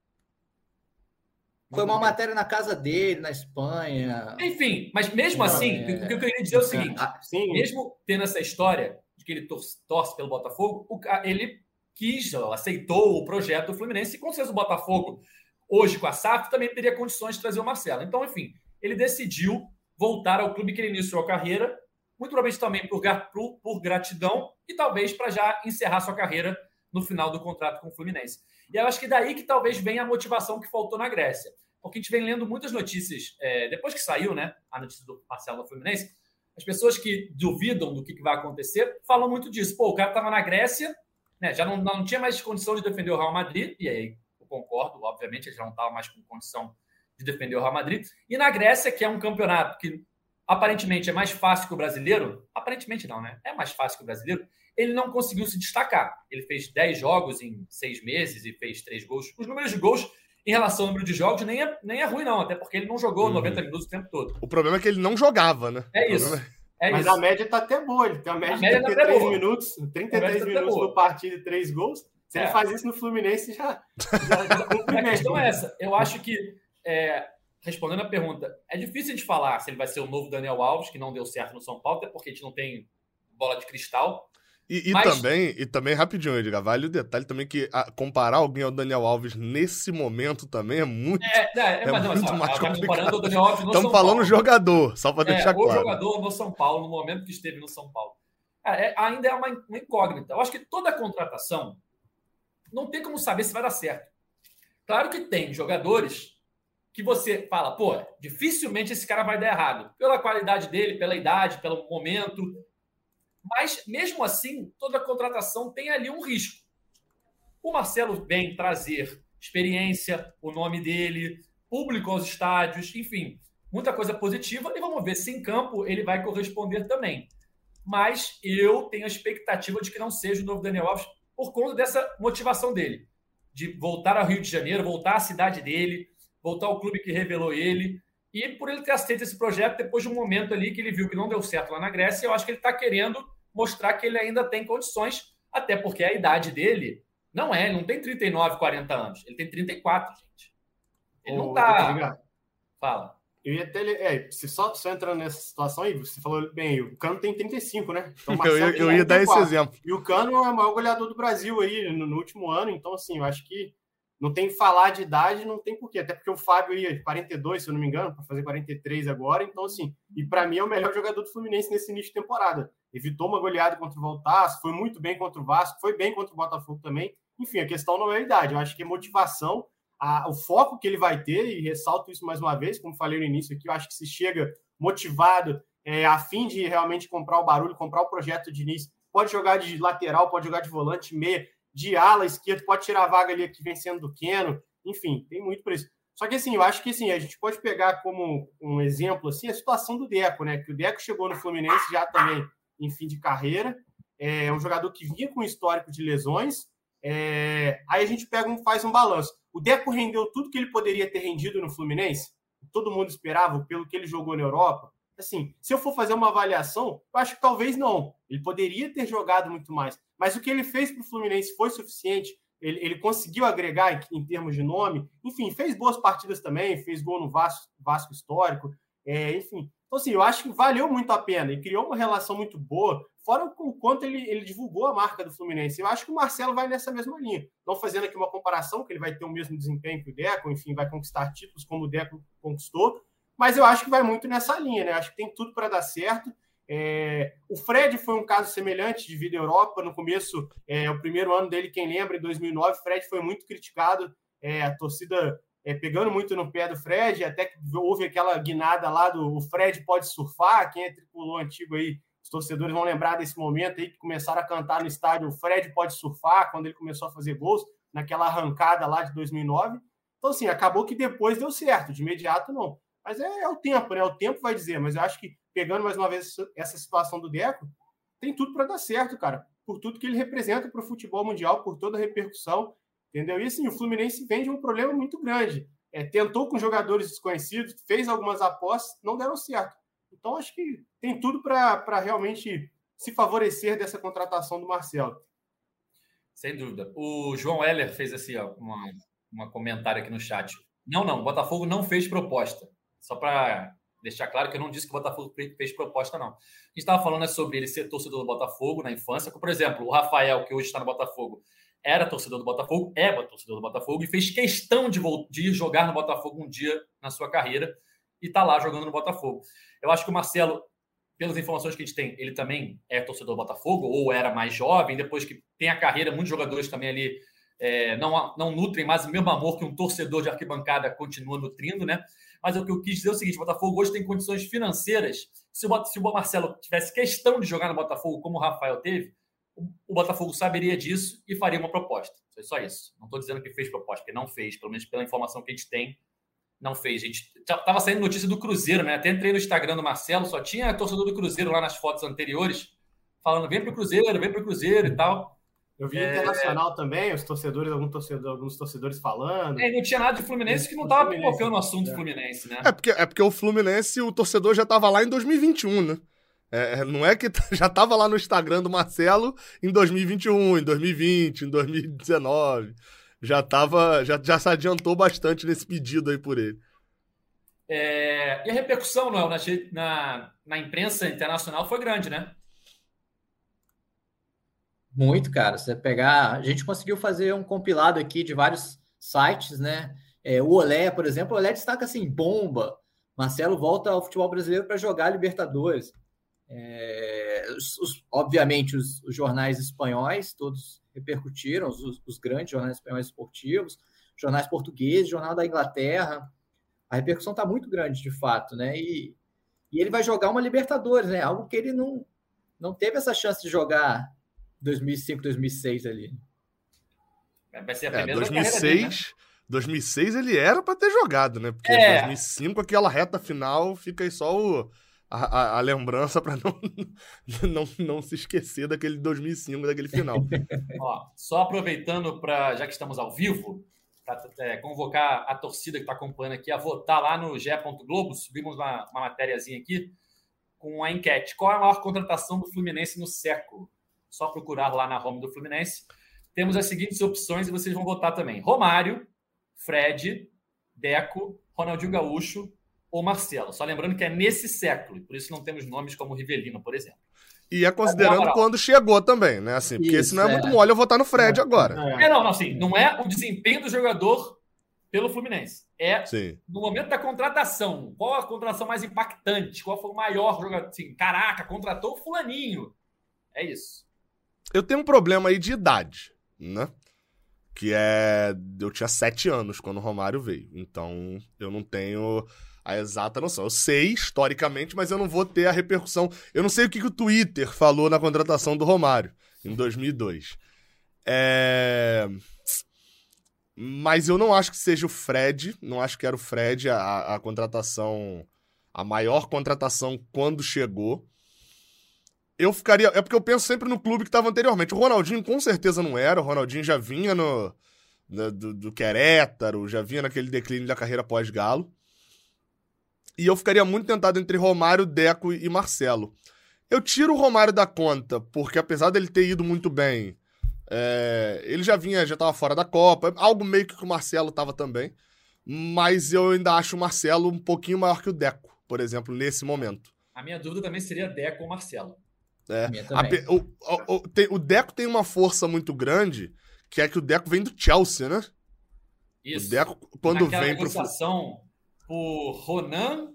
Foi uma matéria na casa dele, na Espanha. Enfim, mas mesmo assim, o que eu queria dizer é o seguinte. Mesmo tendo essa história de que ele torce pelo Botafogo, ele aceitou o projeto do Fluminense. E com certeza o Botafogo, hoje com a SAF, também teria condições de trazer o Marcelo. Então, enfim... ele decidiu voltar ao clube que ele iniciou a carreira, muito provavelmente também por gratidão e talvez para já encerrar sua carreira no final do contrato com o Fluminense. E eu acho que daí que talvez venha a motivação que faltou na Grécia. Porque a gente vem lendo muitas notícias, depois que saiu, né, a notícia do Marcelo do Fluminense, as pessoas que duvidam do que vai acontecer falam muito disso. Pô, o cara estava na Grécia, né, já não tinha mais condição de defender o Real Madrid, e aí eu concordo, obviamente, ele já não estava mais com condição de defender o Real Madrid. E na Grécia, que é um campeonato que aparentemente é mais fácil que o brasileiro, aparentemente não, né? É mais fácil que o brasileiro, ele não conseguiu se destacar. Ele fez 10 jogos em 6 meses e fez 3 gols. Os números de gols, em relação ao número de jogos, nem é ruim, não, até porque ele não jogou 90 minutos o tempo todo. O problema é que ele não jogava, né? Mas a média tá até boa. Ele tem a média de 33 minutos, 33 minutos no partido e 3 gols. Se ele faz isso no Fluminense, já cumprimenta. A questão é essa. Eu acho que respondendo a pergunta, é difícil de falar se ele vai ser o novo Daniel Alves, que não deu certo no São Paulo, até porque a gente não tem bola de cristal. E também, rapidinho, Edgar, vale o detalhe também que comparar alguém ao Daniel Alves nesse momento também é muito, muito mais complicado. O Daniel Alves no Estamos falando do jogador, só para deixar claro. O jogador no São Paulo, no momento que esteve no São Paulo. Ainda é uma incógnita. Eu acho que toda contratação não tem como saber se vai dar certo. Claro que tem jogadores que você fala, pô, dificilmente esse cara vai dar errado. Pela qualidade dele, pela idade, pelo momento. Mas, mesmo assim, toda contratação tem ali um risco. O Marcelo vem trazer experiência, o nome dele, público aos estádios, enfim, muita coisa positiva. E vamos ver se em campo ele vai corresponder também. Mas eu tenho a expectativa de que não seja o novo Daniel Alves por conta dessa motivação dele. De voltar ao Rio de Janeiro, voltar à cidade dele, voltar ao clube que revelou ele. E por ele ter aceito esse projeto, depois de um momento ali que ele viu que não deu certo lá na Grécia, eu acho que ele está querendo mostrar que ele ainda tem condições, até porque a idade dele ele não tem 39, 40 anos. Ele tem 34, gente. Ele não está... Fala. Eu ia até... Você só entrando nessa situação aí, você falou bem, o Cano tem 35, né? Então, eu ia dar esse exemplo. E o Cano é o maior goleador do Brasil aí no último ano, então, assim, eu acho que não tem que falar de idade, não tem porquê. Até porque o Fábio ia de 42, se eu não me engano, para fazer 43 agora. Então, assim, e para mim é o melhor jogador do Fluminense nesse início de temporada. Evitou uma goleada contra o Voltaço, foi muito bem contra o Vasco, foi bem contra o Botafogo também. Enfim, a questão não é a idade. Eu acho que é motivação, o foco que ele vai ter, e ressalto isso mais uma vez, como falei no início aqui, eu acho que se chega motivado, a fim de realmente comprar o barulho, comprar o projeto de início, pode jogar de lateral, pode jogar de volante, meia, de ala esquerda, pode tirar a vaga ali que vem sendo do Keno, enfim, tem muito por isso. Só que, assim, eu acho que, assim, a gente pode pegar como um exemplo, assim, a situação do Deco, né, que o Deco chegou no Fluminense já também em fim de carreira, é um jogador que vinha com histórico de lesões, aí a gente faz um balanço. O Deco rendeu tudo que ele poderia ter rendido no Fluminense? Todo mundo esperava, pelo que ele jogou na Europa? assim, se eu for fazer uma avaliação, eu acho que talvez não. Ele poderia ter jogado muito mais. Mas o que ele fez para o Fluminense foi suficiente. Ele conseguiu agregar em termos de nome. Enfim, fez boas partidas também, fez gol no Vasco histórico. Enfim, então, assim, eu acho que valeu muito a pena e criou uma relação muito boa, fora o quanto ele divulgou a marca do Fluminense. Eu acho que o Marcelo vai nessa mesma linha. Não fazendo aqui uma comparação, que ele vai ter o mesmo desempenho que o Deco, enfim, vai conquistar títulos como o Deco conquistou, mas eu acho que vai muito nessa linha, né? Acho que tem tudo para dar certo. O Fred foi um caso semelhante de vida Europa. No começo, o primeiro ano dele, quem lembra, em 2009, o Fred foi muito criticado, a torcida pegando muito no pé do Fred, até que houve aquela guinada lá do o Fred pode surfar. Quem é tricolor antigo aí, os torcedores vão lembrar desse momento aí que começaram a cantar no estádio o Fred pode surfar, quando ele começou a fazer gols, naquela arrancada lá de 2009. Então, assim, acabou que depois deu certo, de imediato não. Mas é o tempo, né? O tempo vai dizer. Mas eu acho que, pegando mais uma vez essa situação do Deco, tem tudo para dar certo, cara. Por tudo que ele representa para o futebol mundial, por toda a repercussão, entendeu? E assim, o Fluminense vem de um problema muito grande. Tentou com jogadores desconhecidos, fez algumas apostas, não deram certo. Então, acho que tem tudo para realmente se favorecer dessa contratação do Marcelo. Sem dúvida. O João Heller fez assim, ó, uma comentário aqui no chat. Não, o Botafogo não fez proposta. Só para deixar claro que eu não disse que o Botafogo fez proposta, não. A gente estava falando sobre ele ser torcedor do Botafogo na infância. Por exemplo, o Rafael, que hoje está no Botafogo, era torcedor do Botafogo, é torcedor do Botafogo e fez questão de jogar no Botafogo um dia na sua carreira e está lá jogando no Botafogo. Eu acho que o Marcelo, pelas informações que a gente tem, ele também é torcedor do Botafogo ou era mais jovem, depois que tem a carreira, muitos jogadores também ali não nutrem mais o mesmo amor que um torcedor de arquibancada continua nutrindo, né? Mas o que eu quis dizer é o seguinte, o Botafogo hoje tem condições financeiras. Se o Marcelo tivesse questão de jogar no Botafogo, como o Rafael teve, o Botafogo saberia disso e faria uma proposta. Foi só isso. Não estou dizendo que fez proposta, porque não fez, pelo menos pela informação que a gente tem, não fez. A gente estava saindo notícia do Cruzeiro, né? Até entrei no Instagram do Marcelo, só tinha torcedor do Cruzeiro lá nas fotos anteriores, falando, vem pro Cruzeiro e tal. Eu vi Internacional também, alguns torcedores falando. Não tinha nada de Fluminense que não estava pipocando o assunto Fluminense, né? É porque o Fluminense, o torcedor já estava lá em 2021, né? Não é que já estava lá no Instagram do Marcelo em 2021, em 2020, em 2019. Já se adiantou bastante nesse pedido aí por ele. E a repercussão, Noel, na imprensa internacional foi grande, né? Muito, cara. Você pegar... A gente conseguiu fazer um compilado aqui de vários sites, né? O Olé, por exemplo, o Olé destaca assim, bomba. Marcelo volta ao futebol brasileiro para jogar Libertadores. Obviamente, os jornais espanhóis, todos repercutiram, os grandes jornais espanhóis esportivos, jornais portugueses, jornal da Inglaterra. A repercussão está muito grande, de fato, né? E ele vai jogar uma Libertadores, né? Algo que ele não teve essa chance de jogar 2005, 2006 ali. Vai ser a primeira 2006, dele, né? 2006 ele era para ter jogado, né? Porque 2005, aquela reta final, fica aí só a lembrança para não se esquecer daquele 2005, daquele final. Ó, só aproveitando já que estamos ao vivo, convocar a torcida que está acompanhando aqui a votar lá no GE. Globo. Subimos uma matériazinha aqui com a enquete. Qual é a maior contratação do Fluminense no século? Só procurar lá na home do Fluminense. Temos as seguintes opções e vocês vão votar também. Romário, Fred, Deco, Ronaldinho Gaúcho ou Marcelo. Só lembrando que é nesse século, por isso não temos nomes como Rivelino, por exemplo. E considerando quando chegou também, né? Assim, porque se não é muito mole, eu votar no Fred agora. Não é o desempenho do jogador pelo Fluminense. Sim. No momento da contratação. Qual a contratação mais impactante? Qual foi o maior jogador? Assim, caraca, contratou o fulaninho. É isso. Eu tenho um problema aí de idade, né? Que eu tinha 7 anos quando o Romário veio. Então, eu não tenho a exata noção. Eu sei, historicamente, mas eu não vou ter a repercussão. Eu não sei o que o Twitter falou na contratação do Romário, em 2002. Mas eu não acho que seja o Fred. Não acho que era o Fred a contratação... A maior contratação quando chegou. Eu ficaria... É porque eu penso sempre no clube que estava anteriormente. O Ronaldinho com certeza não era. O Ronaldinho já vinha do Querétaro, já vinha naquele declínio da carreira pós-Galo. E eu ficaria muito tentado entre Romário, Deco e Marcelo. Eu tiro o Romário da conta, porque apesar dele ter ido muito bem, ele já estava fora da Copa, algo meio que o Marcelo estava também, mas eu ainda acho o Marcelo um pouquinho maior que o Deco, por exemplo, nesse momento. A minha dúvida também seria Deco ou Marcelo. O Deco tem uma força muito grande, que é que o Deco vem do Chelsea, né? Isso. O Deco, quando vem negociação por Ronan,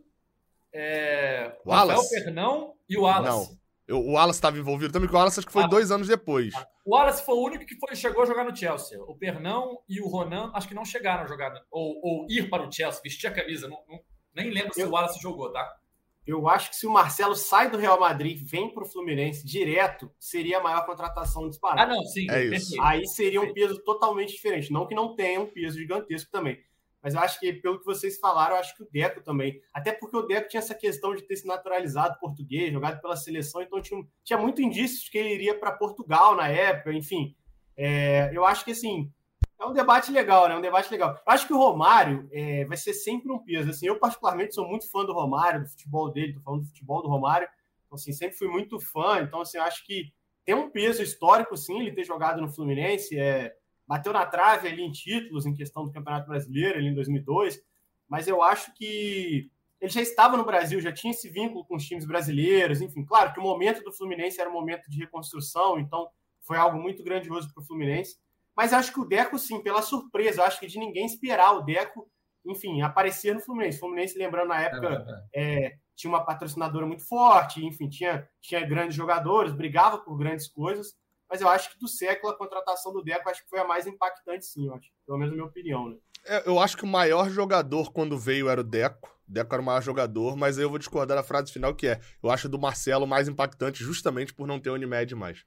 Wallace. Rafael Pernão e o Wallace. Não, o Wallace estava envolvido também, porque o Wallace acho que foi 2 anos depois. O Wallace foi o único que chegou a jogar no Chelsea. O Pernão e o Ronan acho que não chegaram a jogar, ou ir para o Chelsea, vestir a camisa. Nem lembro se o Wallace jogou, tá? Eu acho que se o Marcelo sai do Real Madrid e vem para o Fluminense direto, seria a maior contratação disparada. Não, sim. Isso. Aí seria um peso totalmente diferente. Não que não tenha um peso gigantesco também. Mas eu acho que, pelo que vocês falaram, eu acho que o Deco também. Até porque o Deco tinha essa questão de ter se naturalizado português, jogado pela seleção, então tinha muito indício de que ele iria para Portugal na época, enfim. Eu acho que, assim, é um debate legal, né? Eu acho que o Romário vai ser sempre um peso. Assim, eu, particularmente, sou muito fã do Romário, do futebol dele, tô falando do futebol do Romário. Então, assim, sempre fui muito fã. Então, assim, eu acho que tem um peso histórico, sim, ele ter jogado no Fluminense, bateu na trave ali em títulos, em questão do Campeonato Brasileiro, ali em 2002, mas eu acho que ele já estava no Brasil, já tinha esse vínculo com os times brasileiros, enfim, claro que o momento do Fluminense era um momento de reconstrução, então foi algo muito grandioso para o Fluminense, mas acho que o Deco, sim, pela surpresa, eu acho que de ninguém esperar o Deco, enfim, aparecer no Fluminense. O Fluminense, lembrando, na época, tinha uma patrocinadora muito forte, enfim, tinha grandes jogadores, brigava por grandes coisas, mas eu acho que do século a contratação do Deco acho que foi a mais impactante, sim, eu acho. Pelo menos na minha opinião, né? Eu acho que o maior jogador quando veio era o Deco. O Deco era o maior jogador, mas aí eu vou discordar da frase final, que eu acho do Marcelo mais impactante justamente por não ter Unimed mais.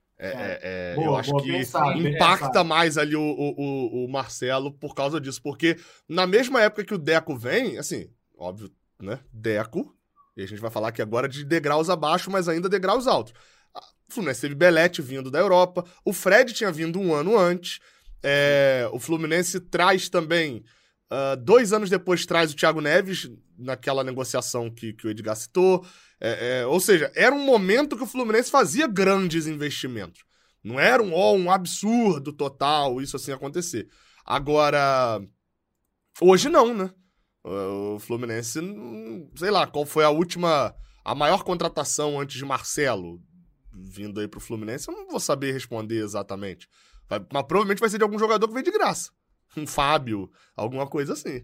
Eu acho que impacta mais ali o Marcelo por causa disso, porque na mesma época que o Deco vem, assim, óbvio, né, Deco, e a gente vai falar aqui agora de degraus abaixo, mas ainda degraus altos. O Fluminense teve Belete vindo da Europa, o Fred tinha vindo 1 ano antes, o Fluminense traz também, 2 anos depois traz o Thiago Neves, naquela negociação que o Edgar citou, ou seja, era um momento que o Fluminense fazia grandes investimentos, não era um absurdo total isso assim acontecer. Agora, hoje não, né? O Fluminense, sei lá, qual foi a maior contratação antes de Marcelo vindo aí pro Fluminense, eu não vou saber responder exatamente. Mas provavelmente vai ser de algum jogador que veio de graça. Um Fábio, alguma coisa assim.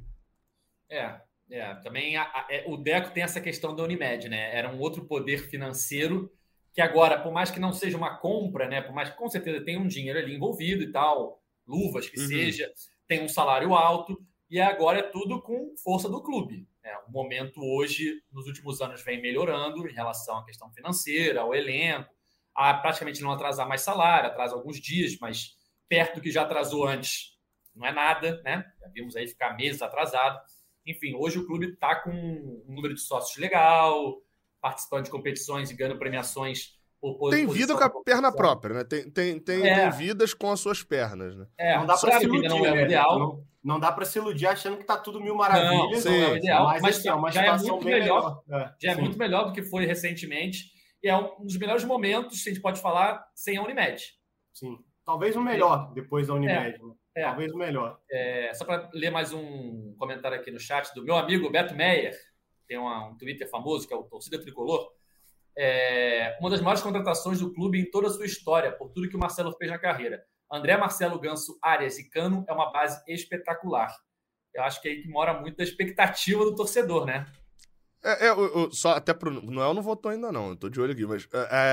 Também o Deco tem essa questão da Unimed, né? Era um outro poder financeiro que agora, por mais que não seja uma compra, né? Por mais que com certeza tenha um dinheiro ali envolvido e tal, luvas que seja, tem um salário alto, e agora é tudo com força do clube. O momento hoje, nos últimos anos, vem melhorando em relação à questão financeira, ao elenco, a praticamente não atrasar mais salário, atrasa alguns dias, mas perto do que já atrasou antes, não é nada, né? Já vimos aí ficar meses atrasado. Enfim, hoje o clube está com um número de sócios legal, participando de competições e ganhando premiações. Tem vida com a perna própria, né? Tem vidas com as suas pernas, né? Não dá para se iludir, não é o ideal. Não dá para se iludir achando que tá tudo mil maravilhas. Não é o ideal, mas é uma situação bem melhor. Já é muito melhor do que foi recentemente. E é um dos melhores momentos, se a gente pode falar, sem a Unimed. Sim. Talvez o melhor depois da Unimed. Talvez o melhor. Só para ler mais um comentário aqui no chat do meu amigo Beto Meyer, tem um Twitter famoso, que é o Torcida Tricolor. Uma das maiores contratações do clube em toda a sua história, por tudo que o Marcelo fez na carreira. André, Marcelo, Ganso, Arias e Cano é uma base espetacular. Eu acho que é aí que mora muito a expectativa do torcedor, né? Só até pro Noel não votou ainda não, eu tô de olho aqui, mas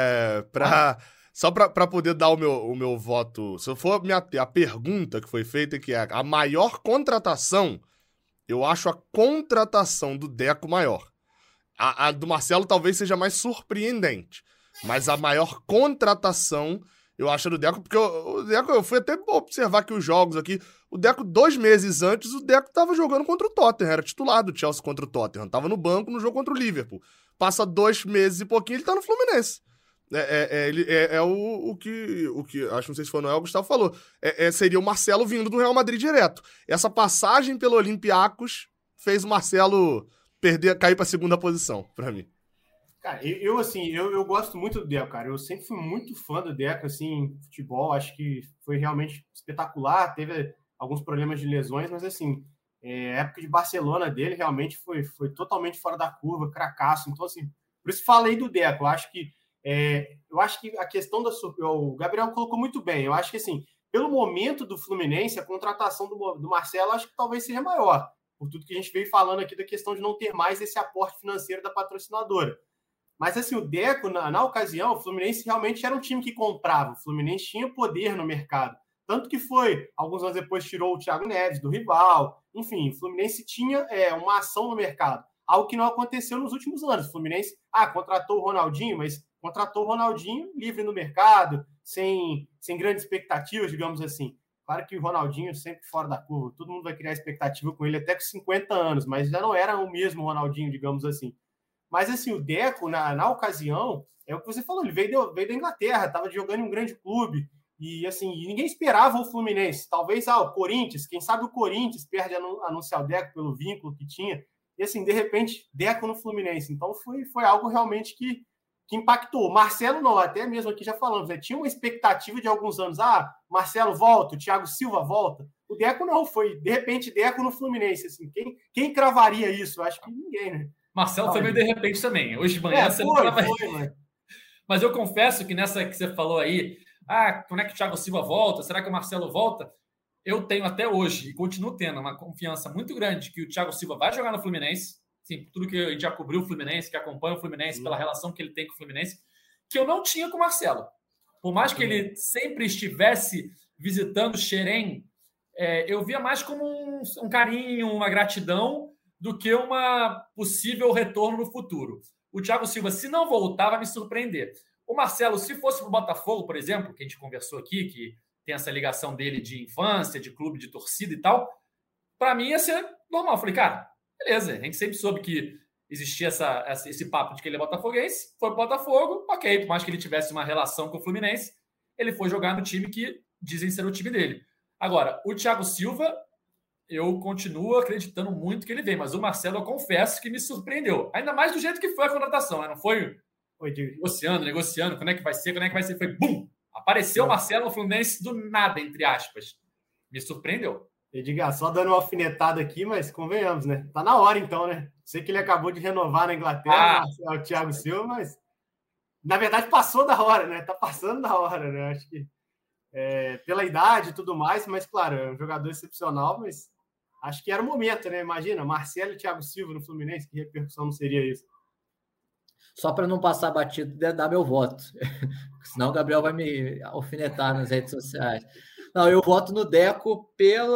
só pra poder dar o meu voto, se eu for a pergunta que foi feita, que é a maior contratação, eu acho a contratação do Deco maior. A do Marcelo talvez seja mais surpreendente, mas a maior contratação eu acho do Deco, porque o Deco, eu fui até observar aqui os jogos aqui, o Deco 2 meses antes, o Deco tava jogando contra o Tottenham, era titular do Chelsea contra o Tottenham, tava no banco no jogo contra o Liverpool. Passa 2 meses e pouquinho, ele tá no Fluminense. Ele o que acho, não sei se foi o Noel, o Gustavo falou, seria o Marcelo vindo do Real Madrid direto. Essa passagem pelo Olympiacos fez o Marcelo cair pra segunda posição, pra mim. Cara, eu gosto muito do Deco, cara. Eu sempre fui muito fã do Deco, assim, futebol. Acho que foi realmente espetacular. Teve alguns problemas de lesões, mas, assim, a época de Barcelona dele realmente foi totalmente fora da curva, cracaço. Então, assim, por isso falei do Deco. Eu acho que a questão o Gabriel colocou muito bem. Eu acho que, assim, pelo momento do Fluminense, a contratação do Marcelo acho que talvez seja maior, por tudo que a gente veio falando aqui da questão de não ter mais esse aporte financeiro da patrocinadora. Mas, assim, o Deco, na ocasião, o Fluminense realmente era um time que comprava. O Fluminense tinha poder no mercado. Tanto que alguns anos depois, tirou o Thiago Neves do rival. Enfim, o Fluminense tinha uma ação no mercado. Algo que não aconteceu nos últimos anos. O Fluminense, contratou o Ronaldinho, mas contratou o Ronaldinho livre no mercado, sem grandes expectativas, digamos assim. Claro que o Ronaldinho sempre fora da curva. Todo mundo vai criar expectativa com ele até com 50 anos, mas já não era o mesmo Ronaldinho, digamos assim. Mas, assim, o Deco, na ocasião, é o que você falou, ele veio da Inglaterra, estava jogando em um grande clube, e, assim, ninguém esperava o Fluminense. Talvez, o Corinthians, quem sabe o Corinthians perde a anunciar o Deco pelo vínculo que tinha, e, assim, de repente, Deco no Fluminense. Então, foi algo realmente que impactou. Marcelo não, até mesmo aqui já falamos, né? Tinha uma expectativa de alguns anos, Marcelo volta, o Thiago Silva volta. O Deco não, foi, de repente, Deco no Fluminense. Assim, quem cravaria isso? Eu acho que ninguém, né? Marcelo foi meio de repente também. Hoje de manhã você não cravaria. Mas eu confesso que nessa que você falou aí, quando é que o Thiago Silva volta? Será que o Marcelo volta? Eu tenho até hoje, e continuo tendo, uma confiança muito grande que o Thiago Silva vai jogar no Fluminense. Sim, tudo que a gente já cobriu o Fluminense, que acompanha o Fluminense, pela relação que ele tem com o Fluminense, que eu não tinha com o Marcelo. Por mais que ele sempre estivesse visitando Xerém, eu via mais como um carinho, uma gratidão, do que uma possível retorno no futuro. O Thiago Silva, se não voltar, vai me surpreender. O Marcelo, se fosse para o Botafogo, por exemplo, que a gente conversou aqui, que tem essa ligação dele de infância, de clube, de torcida e tal, para mim ia ser normal. Eu falei, cara, beleza, a gente sempre soube que existia esse papo de que ele é botafoguense, foi para o Botafogo, ok, por mais que ele tivesse uma relação com o Fluminense, ele foi jogar no time que dizem ser o time dele. Agora, o Thiago Silva, eu continuo acreditando muito que ele vem, mas o Marcelo, eu confesso que me surpreendeu. Ainda mais do jeito que foi a contratação, né? Não foi negociando, quando é que vai ser, foi BUM! Apareceu o Marcelo no Fluminense do nada, entre aspas. Me surpreendeu. Edgar, só dando uma alfinetada aqui, mas convenhamos, né? Tá na hora, então, né? Sei que ele acabou de renovar na Inglaterra, o Thiago Silva, mas na verdade passou da hora, né? Tá passando da hora, né? Acho que pela idade e tudo mais, mas claro, é um jogador excepcional, mas acho que era o momento, né? Imagina, Marcelo e Thiago Silva no Fluminense, que repercussão não seria isso? Só para não passar batido, dar meu voto. Senão o Gabriel vai me alfinetar nas redes sociais. Não, eu voto no Deco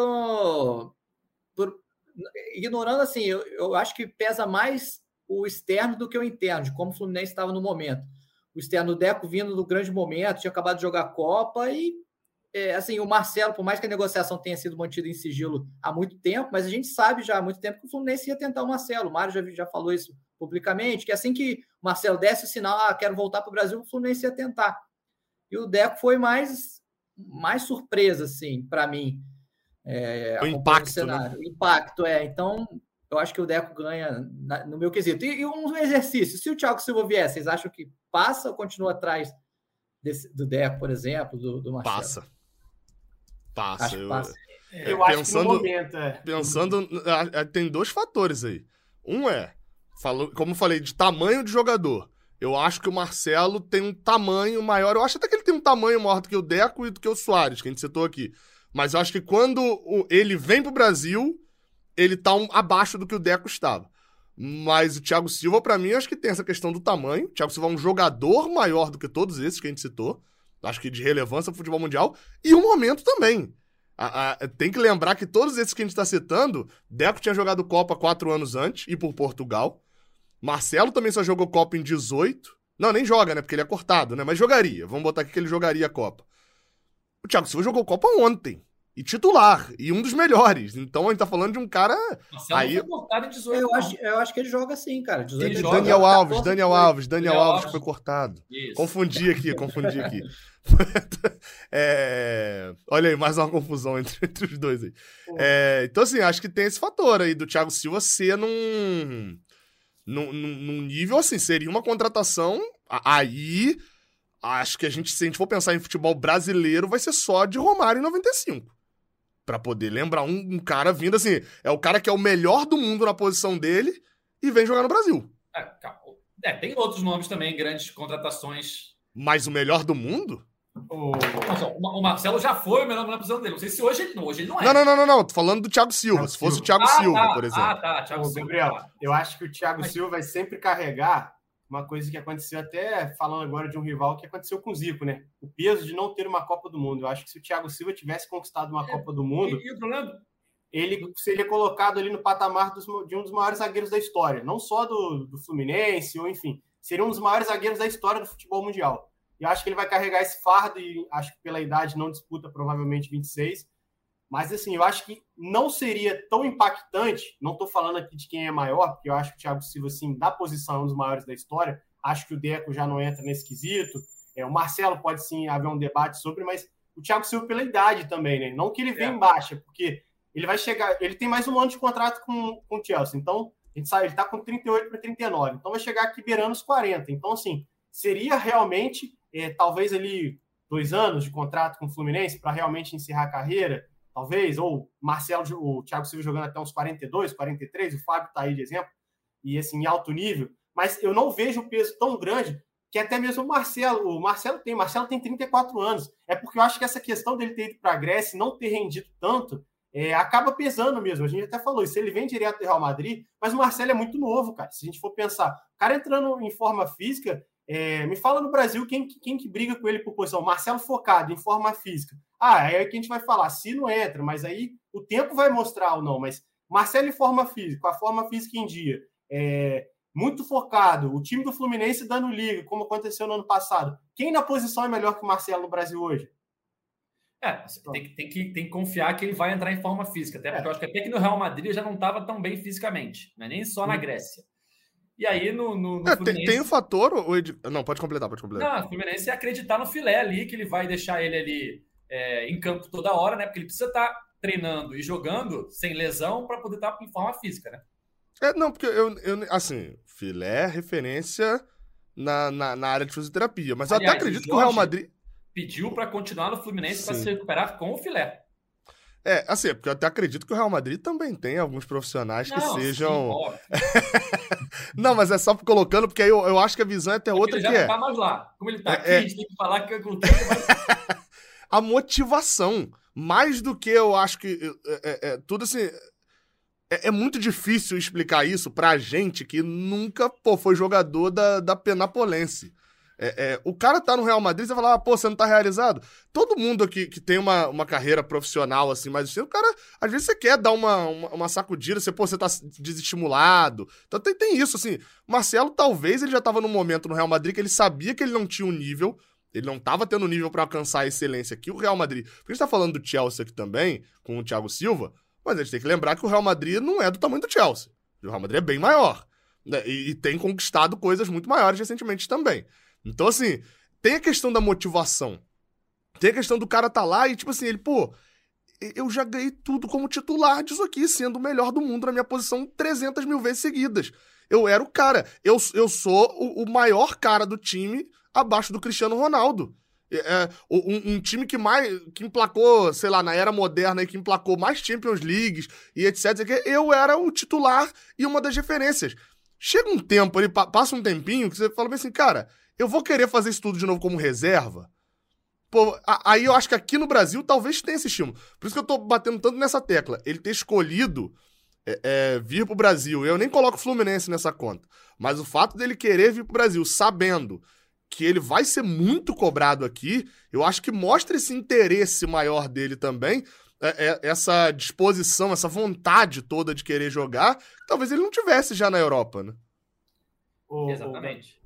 ignorando, assim, eu acho que pesa mais o externo do que o interno, de como o Fluminense estava no momento. O externo, o Deco vindo do grande momento, tinha acabado de jogar a Copa e assim, o Marcelo, por mais que a negociação tenha sido mantida em sigilo há muito tempo, mas a gente sabe já há muito tempo que o Fluminense ia tentar o Marcelo. O Mário já falou isso publicamente, que assim que o Marcelo desse o sinal, quero voltar para o Brasil, o Fluminense ia tentar. E o Deco foi mais surpresa, assim, para mim. O impacto, né? O impacto, Então, eu acho que o Deco ganha no meu quesito. E um exercício, se o Thiago Silva vier, vocês acham que passa ou continua atrás do Deco, por exemplo, do Marcelo? Passa. Eu acho que no momento, Pensando, tem dois fatores aí. Um como eu falei, de tamanho de jogador. Eu acho que o Marcelo tem um tamanho maior. Eu acho até que ele tem um tamanho maior do que o Deco e do que o Suárez, que a gente citou aqui. Mas eu acho que quando ele vem pro Brasil, ele tá abaixo do que o Deco estava. Mas o Thiago Silva, pra mim, acho que tem essa questão do tamanho. O Thiago Silva é um jogador maior do que todos esses que a gente citou. Acho que de relevância pro futebol mundial. E o momento também. Tem que lembrar que todos esses que a gente tá citando, Deco tinha jogado Copa 4 anos antes, e por Portugal. Marcelo também só jogou Copa em 18. Não, nem joga, né? Porque ele é cortado, né? Mas jogaria. Vamos botar aqui que ele jogaria a Copa. O Thiago Silva jogou Copa ontem. E titular. E um dos melhores. Então a gente tá falando de um cara... Marcelo foi cortado em 18. Eu acho que ele joga sim, cara. 18 Daniel Alves que foi cortado. Isso. Confundi aqui. Olha aí, mais uma confusão entre os dois aí. Então, assim, acho que tem esse fator aí do Thiago Silva ser num nível assim, seria uma contratação, aí acho que se a gente for pensar em futebol brasileiro, vai ser só de Romário em 95. Pra poder lembrar um cara vindo assim, é o cara que é o melhor do mundo na posição dele e vem jogar no Brasil. Tem outros nomes também, grandes contratações. Mas o melhor do mundo? O Marcelo já foi o melhor na posição dele. Não sei se hoje ele não é. Não. Tô falando do Thiago Silva. Se fosse o Thiago Silva, por exemplo. Thiago Silva. Gabriel, eu acho que o Thiago Silva vai sempre carregar uma coisa que aconteceu, até falando agora de um rival, que aconteceu com o Zico, né? O peso de não ter uma Copa do Mundo. Eu acho que se o Thiago Silva tivesse conquistado uma Copa do Mundo, e o problema? Ele seria colocado ali no patamar de um dos maiores zagueiros da história. Não só do Fluminense, ou enfim, seria um dos maiores zagueiros da história do futebol mundial. E eu acho que ele vai carregar esse fardo, e acho que pela idade não disputa provavelmente 26. Mas, assim, eu acho que não seria tão impactante, não estou falando aqui de quem é maior, porque eu acho que o Thiago Silva, assim, da posição é um dos maiores da história. Acho que o Deco já não entra nesse quesito. O Marcelo pode, sim, haver um debate sobre, mas o Thiago Silva pela idade também, né? Não que ele venha em baixa, porque ele vai chegar... Ele tem mais um ano de contrato com o Chelsea, então, a gente sabe, ele está com 38 para 39, então vai chegar aqui beirando os 40. Então, assim, seria realmente... talvez ali 2 anos de contrato com o Fluminense para realmente encerrar a carreira, talvez, ou o Thiago Silva jogando até uns 42, 43, o Fábio está aí de exemplo, e assim, em alto nível, mas eu não vejo o peso tão grande que até mesmo o Marcelo tem 34 anos, é porque eu acho que essa questão dele ter ido para a Grécia e não ter rendido tanto, acaba pesando mesmo, a gente até falou isso, ele vem direto do Real Madrid, mas o Marcelo é muito novo, cara, se a gente for pensar, o cara entrando em forma física, me fala no Brasil quem que briga com ele por posição. Marcelo focado, em forma física. É que a gente vai falar, se não entra, mas aí o tempo vai mostrar ou não. Mas Marcelo em forma física, com a forma física em dia, muito focado, o time do Fluminense dando liga, como aconteceu no ano passado. Quem na posição é melhor que o Marcelo no Brasil hoje? Tem que confiar que ele vai entrar em forma física. Até porque eu acho que até que no Real Madrid já não estava tão bem fisicamente, não é nem só na Grécia. E aí, no Fluminense... Tem um fator... Não, pode completar. Não, o Fluminense é acreditar no filé ali, que ele vai deixar ele ali em campo toda hora, né? Porque ele precisa estar treinando e jogando sem lesão para poder estar em forma física, né? Não, porque assim, filé é referência na área de fisioterapia. Mas aliás, eu até acredito que o Real Madrid... pediu para continuar no Fluminense para se recuperar com o filé. Assim, porque eu até acredito que o Real Madrid também tem alguns profissionais que sejam... Não, mas é só colocando, porque aí eu acho que a visão é até outra que é... Ele já não tá mais lá. Como ele tá aqui, a gente tem que falar que o tempo vai... A motivação, mais do que eu acho que... tudo assim... É muito difícil explicar isso pra gente que nunca foi jogador da Penapolense. O cara tá no Real Madrid, você fala, você não tá realizado? Todo mundo aqui que tem uma carreira profissional, assim, mais o cara, às vezes você quer dar uma sacudida, você tá desestimulado. Então tem isso, assim. Marcelo, talvez, ele já tava num momento no Real Madrid que ele sabia que ele não tinha um nível, ele não tava tendo nível pra alcançar a excelência aqui. O Real Madrid, porque a gente tá falando do Chelsea aqui também, com o Thiago Silva, mas a gente tem que lembrar que o Real Madrid não é do tamanho do Chelsea. O Real Madrid é bem maior, né? E tem conquistado coisas muito maiores recentemente também. Então, assim, tem a questão da motivação. Tem a questão do cara tá lá e, tipo assim, ele, eu já ganhei tudo como titular disso aqui, sendo o melhor do mundo na minha posição 300 mil vezes seguidas. Eu era o cara. Eu sou o maior cara do time abaixo do Cristiano Ronaldo. Um time que emplacou, sei lá, na era moderna, que emplacou mais Champions Leagues e etc. Eu era o titular e uma das referências. Chega um tempo, ele passa um tempinho, que você fala bem assim, cara... Eu vou querer fazer isso tudo de novo como reserva? Aí eu acho que aqui no Brasil talvez tenha esse estímulo. Por isso que eu tô batendo tanto nessa tecla. Ele ter escolhido vir pro Brasil. Eu nem coloco o Fluminense nessa conta. Mas o fato dele querer vir pro Brasil sabendo que ele vai ser muito cobrado aqui, eu acho que mostra esse interesse maior dele também, essa disposição, essa vontade toda de querer jogar, que talvez ele não tivesse já na Europa, né? Exatamente.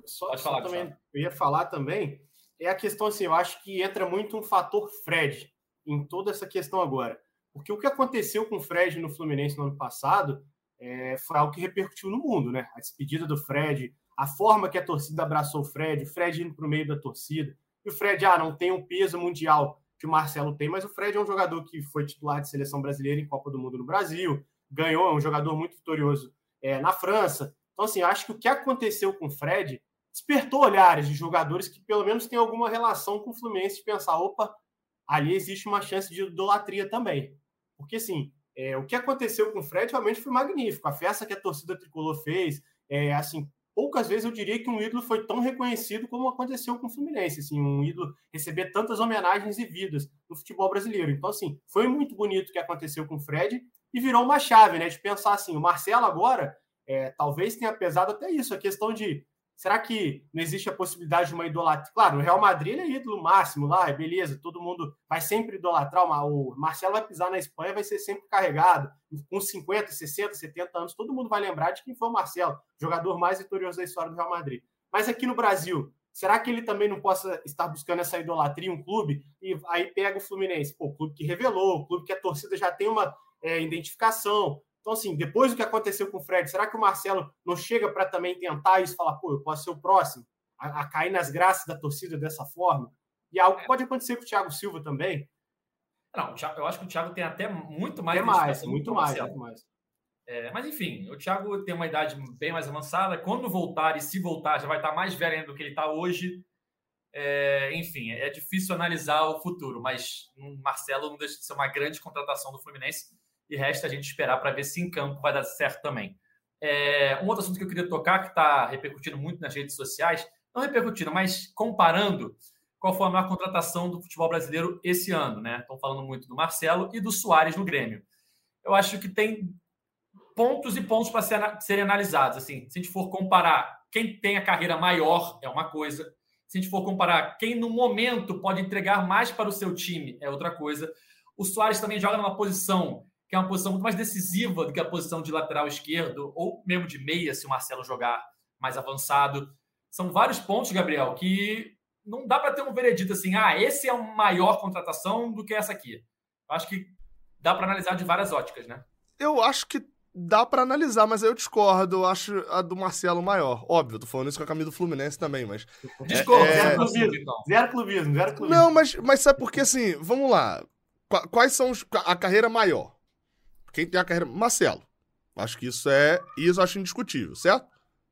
Eu ia falar também, a questão assim, eu acho que entra muito um fator Fred em toda essa questão agora. Porque o que aconteceu com o Fred no Fluminense no ano passado foi algo que repercutiu no mundo, né? A despedida do Fred, a forma que a torcida abraçou o Fred indo para o meio da torcida. E o Fred, não tem um peso mundial que o Marcelo tem, mas o Fred é um jogador que foi titular de seleção brasileira em Copa do Mundo no Brasil, ganhou, é um jogador muito vitorioso na França. Então, assim, acho que o que aconteceu com o Fred despertou olhares de jogadores que pelo menos têm alguma relação com o Fluminense, de pensar, opa, ali existe uma chance de idolatria também. Porque, assim, o que aconteceu com o Fred realmente foi magnífico. A festa que a torcida tricolor fez, assim, poucas vezes eu diria que um ídolo foi tão reconhecido como aconteceu com o Fluminense. Assim, um ídolo receber tantas homenagens e vidas no futebol brasileiro. Então, assim, foi muito bonito o que aconteceu com o Fred e virou uma chave, né? De pensar assim, o Marcelo agora talvez tenha pesado até isso, a questão de será que não existe a possibilidade de uma idolatria? Claro, o Real Madrid ele é ídolo máximo lá, beleza, todo mundo vai sempre idolatrar, o Marcelo vai pisar na Espanha, vai ser sempre carregado, com 50, 60, 70 anos, todo mundo vai lembrar de quem foi o Marcelo, jogador mais vitorioso da história do Real Madrid. Mas aqui no Brasil, será que ele também não possa estar buscando essa idolatria, um clube, e aí pega o Fluminense, o clube que revelou, o clube que a torcida já tem uma identificação. Então, assim, depois do que aconteceu com o Fred, será que o Marcelo não chega para também tentar isso, falar, eu posso ser o próximo a cair nas graças da torcida dessa forma? E algo que pode acontecer com o Thiago Silva também. Não, eu acho que o Thiago tem até muito mais. Muito mais. Mas, enfim, o Thiago tem uma idade bem mais avançada. Quando voltar, e se voltar, já vai estar mais velho ainda do que ele está hoje. Enfim, é difícil analisar o futuro, mas o Marcelo não deixa de ser uma grande contratação do Fluminense. E resta a gente esperar para ver se em campo vai dar certo também. Um outro assunto que eu queria tocar, que está repercutindo muito nas redes sociais, não repercutindo, mas comparando qual foi a maior contratação do futebol brasileiro esse ano, né? Estão falando muito do Marcelo e do Suárez no Grêmio. Eu acho que tem pontos e pontos para serem analisados. Assim, se a gente for comparar quem tem a carreira maior, é uma coisa. Se a gente for comparar quem no momento pode entregar mais para o seu time, é outra coisa. O Suárez também joga numa posição que é uma posição muito mais decisiva do que a posição de lateral esquerdo, ou mesmo de meia, se o Marcelo jogar mais avançado. São vários pontos, Gabriel, que não dá para ter um veredito assim, esse é uma maior contratação do que essa aqui. Eu acho que dá para analisar de várias óticas, né? Eu acho que dá para analisar, mas eu discordo. Eu acho a do Marcelo maior. Óbvio, tô falando isso com a camisa do Fluminense também, mas... Discordo, zero clubismo. Não, mas sabe por que, assim, vamos lá. Quais são a carreira maior? Quem tem a carreira... Marcelo. Acho que isso eu acho indiscutível, certo?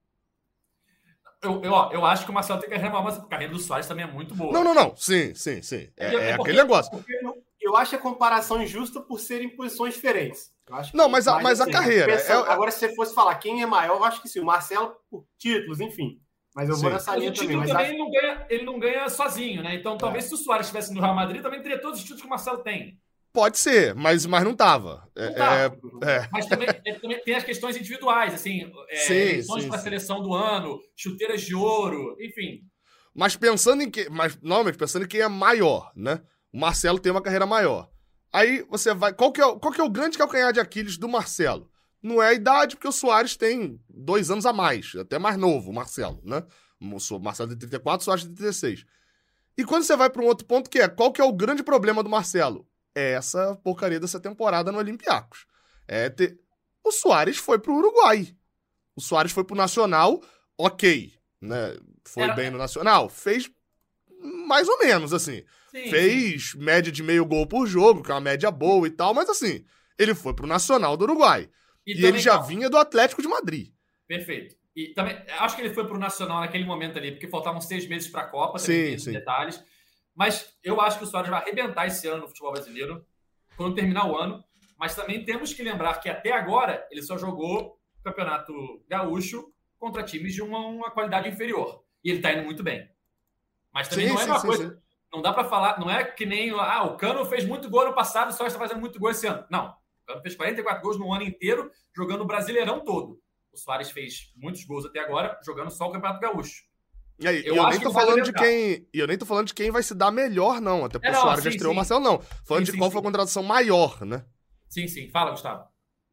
Eu acho que o Marcelo tem carreira maior, mas a carreira do Suárez também é muito boa. Não. Sim. Aquele negócio. Eu acho a comparação injusta por serem posições diferentes. Eu acho mas a carreira... Agora, se você fosse falar quem é maior, eu acho que sim. O Marcelo, por títulos, enfim. Mas eu vou nessa linha também. Mas ele não ganha sozinho, né? Então, talvez se o Suárez estivesse no Real Madrid, também teria todos os títulos que o Marcelo tem. Pode ser, mas não tava. Mas também tem as questões individuais, assim, eleições para a seleção do ano, chuteiras de ouro, enfim. Mas normalmente pensando em quem é maior, né? O Marcelo tem uma carreira maior. Aí você vai... Qual que é o grande calcanhar de Aquiles do Marcelo? Não é a idade, porque o Suárez tem 2 anos a mais, até mais novo, o Marcelo, né? O Marcelo tem 34, o Suárez tem 36. E quando você vai para um outro ponto, qual que é o grande problema do Marcelo? Essa porcaria dessa temporada no Olympiacos. O Suárez foi pro Uruguai. O Suárez foi pro Nacional, ok, né? Foi bem no Nacional. Fez mais ou menos, assim. Fez média de meio gol por jogo, que é uma média boa e tal, mas assim, ele foi pro Nacional do Uruguai. E ele já vinha do Atlético de Madrid. Perfeito. E também, acho que ele foi pro Nacional naquele momento ali, porque faltavam 6 meses pra Copa, também tem detalhes. Mas eu acho que o Suárez vai arrebentar esse ano no futebol brasileiro, quando terminar o ano. Mas também temos que lembrar que até agora ele só jogou Campeonato Gaúcho contra times de uma qualidade inferior. E ele está indo muito bem. Mas também não é uma coisa... Sim. Não dá para falar... Não é que nem... o Cano fez muito gol no passado, o Suárez está fazendo muito gol esse ano. Não. O Cano fez 44 gols no ano inteiro, jogando o Brasileirão todo. O Suárez fez muitos gols até agora, jogando só o Campeonato Gaúcho. E aí, eu nem tô falando de quem vai se dar melhor, não. Até porque o Suárez já estreou o Marcelo, não. Falando de qual foi a contratação maior, né? Sim. Fala, Gustavo.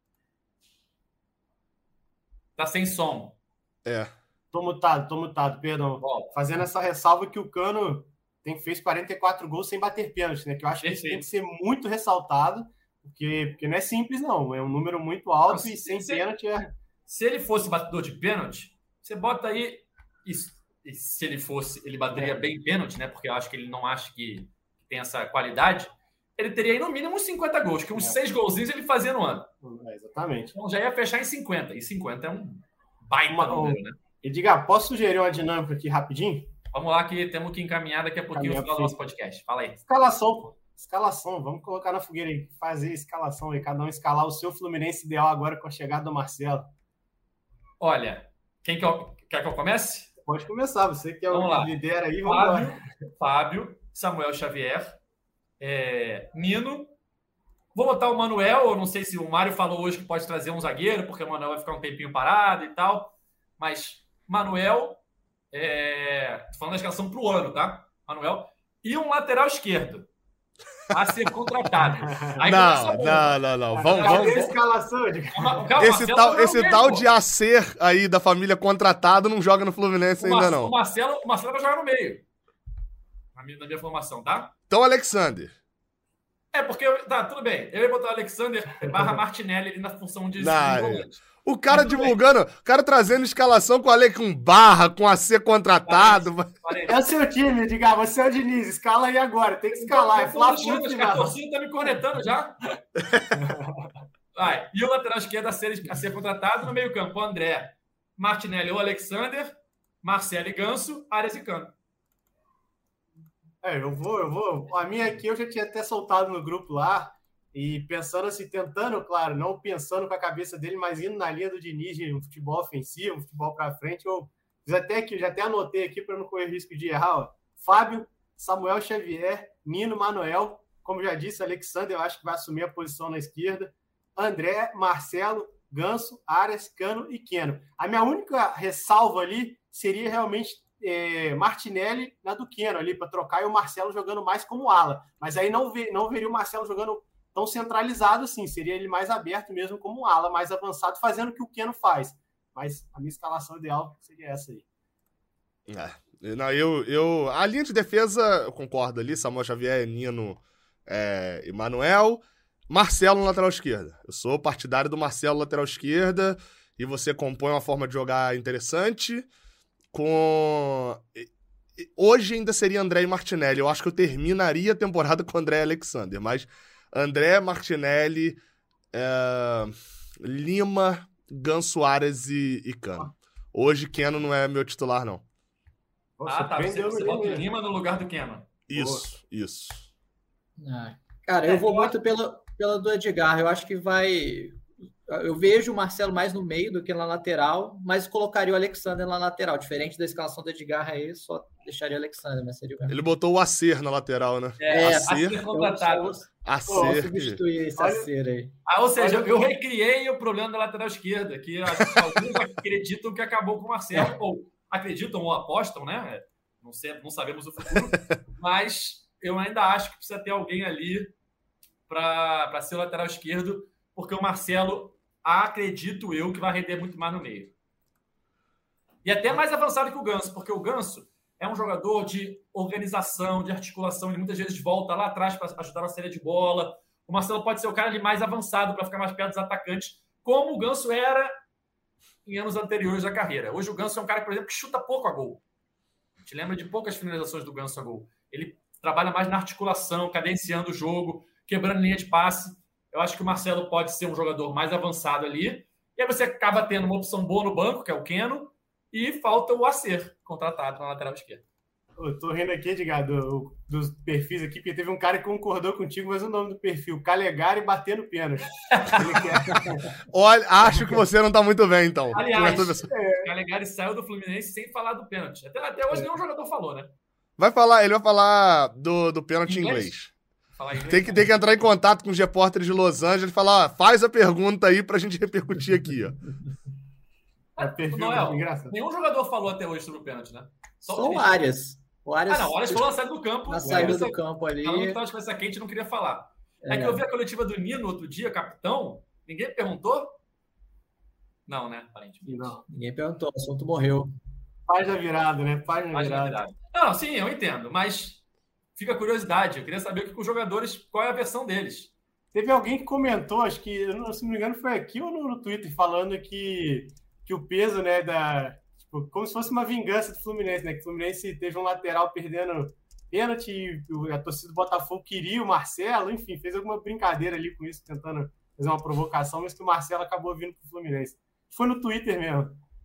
Tá sem som. Tô mutado, perdão. Fazendo essa ressalva que o Cano fez 44 gols sem bater pênalti, né? Que eu acho que isso tem que ser muito ressaltado, porque não é simples, não. É um número muito alto e sem pênalti Se ele fosse batedor de pênalti, você bota aí isso. E se ele fosse, ele bateria bem pênalti, né? Porque eu acho que ele não acha que tem essa qualidade. Ele teria aí no mínimo uns 50 gols, que uns 6 golzinhos ele fazia no ano. Exatamente. Então já ia fechar em 50. E 50 é um baita número, né? Edgar, posso sugerir uma dinâmica aqui rapidinho? Vamos lá que temos que encaminhar daqui a pouquinho no final do nosso podcast. Fala aí. Escalação, pô. Escalação. Vamos colocar na fogueira aí. Fazer escalação aí. Cada um escalar o seu Fluminense ideal agora com a chegada do Marcelo. Olha, quer que eu comece? Pode começar. Você que é o líder aí. Fábio, Samuel Xavier, Nino. Vou botar o Manuel. Eu não sei se o Mário falou hoje que pode trazer um zagueiro, porque o Manuel vai ficar um tempinho parado e tal. Mas Manuel... Tô falando da escalação pro ano, tá? Manuel. E um lateral esquerdo a ser contratado. Aí não. Vamos. Escalação, esse tal de Acer aí da família contratado não joga no Fluminense ainda não. O Marcelo vai jogar no meio. Na minha formação, tá? Então, Alexander. Porque... Tá, tudo bem. Eu ia botar o Alexander / Martinelli ali na função de volante. O cara divulgando, o cara trazendo escalação com Barra, com AC contratado. É o seu time, Edgar, você é o Diniz, escala aí agora, tem que escalar. A torcida tá me conectando já. E o lateral esquerdo a ser contratado no meio campo, o André, Martinelli ou Alexander, Marcelo e Ganso, Arias e Cano. Eu vou. A minha aqui eu já tinha até soltado no grupo lá. E pensando assim, tentando, claro, não pensando com a cabeça dele, mas indo na linha do Diniz de um futebol ofensivo, um futebol para frente, eu já até anotei aqui para não correr risco de errar. Ó. Fábio, Samuel Xavier, Nino, Manuel, como já disse, Alexander, eu acho que vai assumir a posição na esquerda, André, Marcelo, Ganso, Arias, Cano e Keno. A minha única ressalva ali seria realmente Martinelli na do Keno ali, para trocar, e o Marcelo jogando mais como ala. Mas aí não veria o Marcelo jogando tão centralizado assim, seria ele mais aberto mesmo como um ala, mais avançado, fazendo o que o Keno faz. Mas a minha escalação ideal seria essa aí. A linha de defesa, eu concordo ali, Samuel Xavier, Nino e Manuel. Marcelo na lateral esquerda. Eu sou partidário do Marcelo lateral esquerda, e você compõe uma forma de jogar interessante Hoje ainda seria André e Martinelli. Eu acho que eu terminaria a temporada com André e Alexander, mas André, Martinelli, Lima, Ganso, Arias e Cano. Hoje, Keno não é meu titular, não. Você bota o Lima no lugar do Keno. Isso. Cara, eu vou muito pela do Edgar. Eu acho que vai... Eu vejo o Marcelo mais no meio do que na lateral, mas colocaria o Alexander na lateral. Diferente da escalação do Edgar aí, só deixaria o Alexander, mas seria o mesmo. Ele botou o Acer na lateral, né? Acer contratado. Acer. Substituir esse Acer aí. Ou seja, eu recriei o problema da lateral esquerda, que alguns acreditam que acabou com o Marcelo, ou acreditam ou apostam, né? Não sabemos o futuro, mas eu ainda acho que precisa ter alguém ali para ser o lateral esquerdo, porque o Marcelo, acredito eu, que vai render muito mais no meio. E até mais avançado que o Ganso, porque o Ganso é um jogador de organização, de articulação, ele muitas vezes volta lá atrás para ajudar na saída de bola. O Marcelo pode ser o cara ali mais avançado para ficar mais perto dos atacantes, como o Ganso era em anos anteriores da carreira. Hoje o Ganso é um cara, por exemplo, que chuta pouco a gol. A gente lembra de poucas finalizações do Ganso a gol. Ele trabalha mais na articulação, cadenciando o jogo, quebrando linha de passe. Eu acho que o Marcelo pode ser um jogador mais avançado ali. E aí você acaba tendo uma opção boa no banco, que é o Keno, e falta o Acer, contratado na lateral esquerda. Eu tô rindo aqui, Edgar, dos perfis aqui, porque teve um cara que concordou contigo, mas o nome do perfil, Calegari batendo pênalti. Olha, acho que você não tá muito bem, então. Aliás, Calegari saiu do Fluminense sem falar do pênalti. Até hoje nenhum jogador falou, né? Ele vai falar do pênalti em inglês. Tem que entrar em contato com os repórteres de Los Angeles e falar, faz a pergunta aí pra gente repercutir aqui, ó. Noel, nenhum jogador falou até hoje sobre o pênalti, né? Só o Arias. O Arias falou na saída do campo. Na saída do campo ali. Falando que tava de cabeça quente, não queria falar. É que eu vi a coletiva do Nino outro dia, capitão. Ninguém perguntou? Não, né? Aparentemente. Não. Ninguém perguntou, o assunto morreu. Página virada, né? Página virada. Não, sim, eu entendo, mas fica a curiosidade. Eu queria saber os jogadores, qual é a versão deles. Teve alguém que comentou, acho que, se não me engano, foi aqui ou no Twitter, falando que o peso, né, tipo, como se fosse uma vingança do Fluminense, né? Que o Fluminense teve um lateral perdendo pênalti e a torcida do Botafogo queria o Marcelo, enfim, fez alguma brincadeira ali com isso, tentando fazer uma provocação, mas que o Marcelo acabou vindo pro Fluminense. Foi no Twitter mesmo.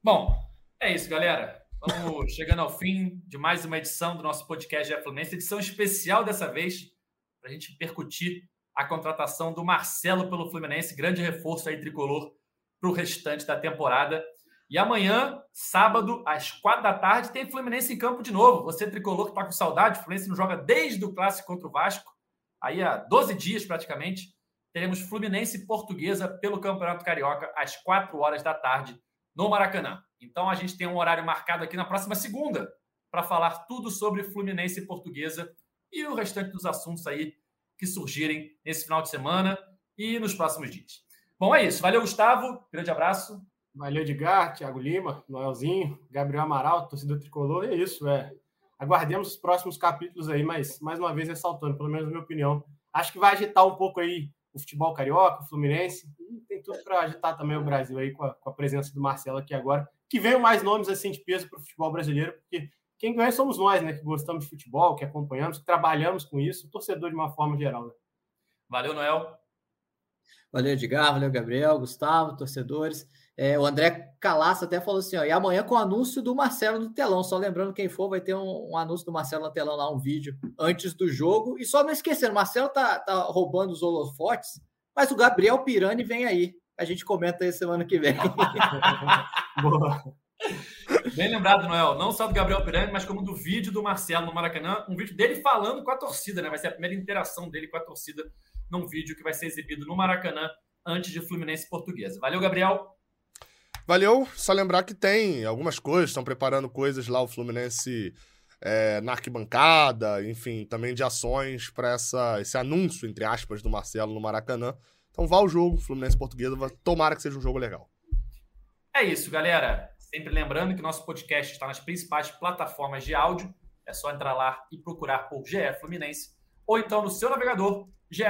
Bom, é isso, galera. Vamos chegando ao fim de mais uma edição do nosso podcast GE Fluminense, edição especial dessa vez, para a gente percutir a contratação do Marcelo pelo Fluminense, grande reforço aí tricolor para o restante da temporada. E amanhã, sábado, às 4h, tem Fluminense em campo de novo. Você, tricolor, que está com saudade, o Fluminense não joga desde o clássico contra o Vasco, aí há 12 dias praticamente, teremos Fluminense e Portuguesa pelo Campeonato Carioca às 4h no Maracanã. Então a gente tem um horário marcado aqui na próxima segunda para falar tudo sobre Fluminense e Portuguesa e o restante dos assuntos aí que surgirem nesse final de semana e nos próximos dias. Bom, é isso. Valeu, Gustavo. Grande abraço. Valeu, Edgar, Thiago Lima, Noelzinho, Gabriel Amaral, torcedor tricolor. E é isso, aguardemos os próximos capítulos aí, mas mais uma vez ressaltando, pelo menos na minha opinião, acho que vai agitar um pouco aí o futebol carioca, o Fluminense, e tem tudo para agitar também o Brasil aí com a presença do Marcelo aqui agora, que venham mais nomes assim de peso para o futebol brasileiro, porque quem ganha somos nós, né, que gostamos de futebol, que acompanhamos, que trabalhamos com isso, o torcedor de uma forma geral. Né? Valeu, Noel. Valeu, Edgar, valeu, Gabriel, Gustavo, torcedores. O André Calaça até falou assim, ó, e amanhã com o anúncio do Marcelo no telão, só lembrando quem for, vai ter um anúncio do Marcelo no telão lá, um vídeo antes do jogo, e só não esquecendo, o Marcelo tá roubando os holofotes, mas o Gabriel Pirani vem aí, a gente comenta aí semana que vem. Boa. Bem lembrado, Noel, não só do Gabriel Pirani, mas como do vídeo do Marcelo no Maracanã, um vídeo dele falando com a torcida, né? Vai ser a primeira interação dele com a torcida num vídeo que vai ser exibido no Maracanã antes de Fluminense e Portuguesa. Valeu, Gabriel. Valeu, só lembrar que tem algumas coisas, estão preparando coisas lá, o Fluminense na arquibancada, enfim, também de ações para esse anúncio, entre aspas, do Marcelo no Maracanã. Então vá ao jogo, Fluminense Portuguesa, tomara que seja um jogo legal. É isso, galera. Sempre lembrando que nosso podcast está nas principais plataformas de áudio, é só entrar lá e procurar por GE Fluminense, ou então no seu navegador,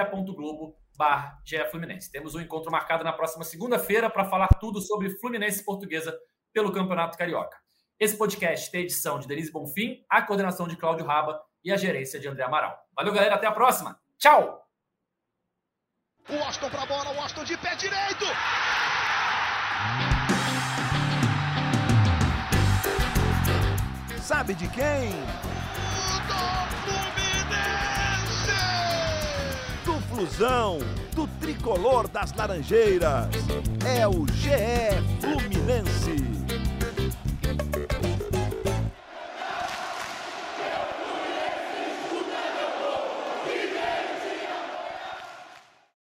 ge.globo/GE Fluminense. Temos um encontro marcado na próxima segunda-feira para falar tudo sobre Fluminense e Portuguesa pelo Campeonato Carioca. Esse podcast tem a edição de Denise Bonfim, a coordenação de Cláudio Raba e a gerência de André Amaral. Valeu, galera. Até a próxima. Tchau! O Washington para a bola, o Washington de pé direito. Sabe de quem? Do Flusão, do tricolor das Laranjeiras. É o GE Fluminense.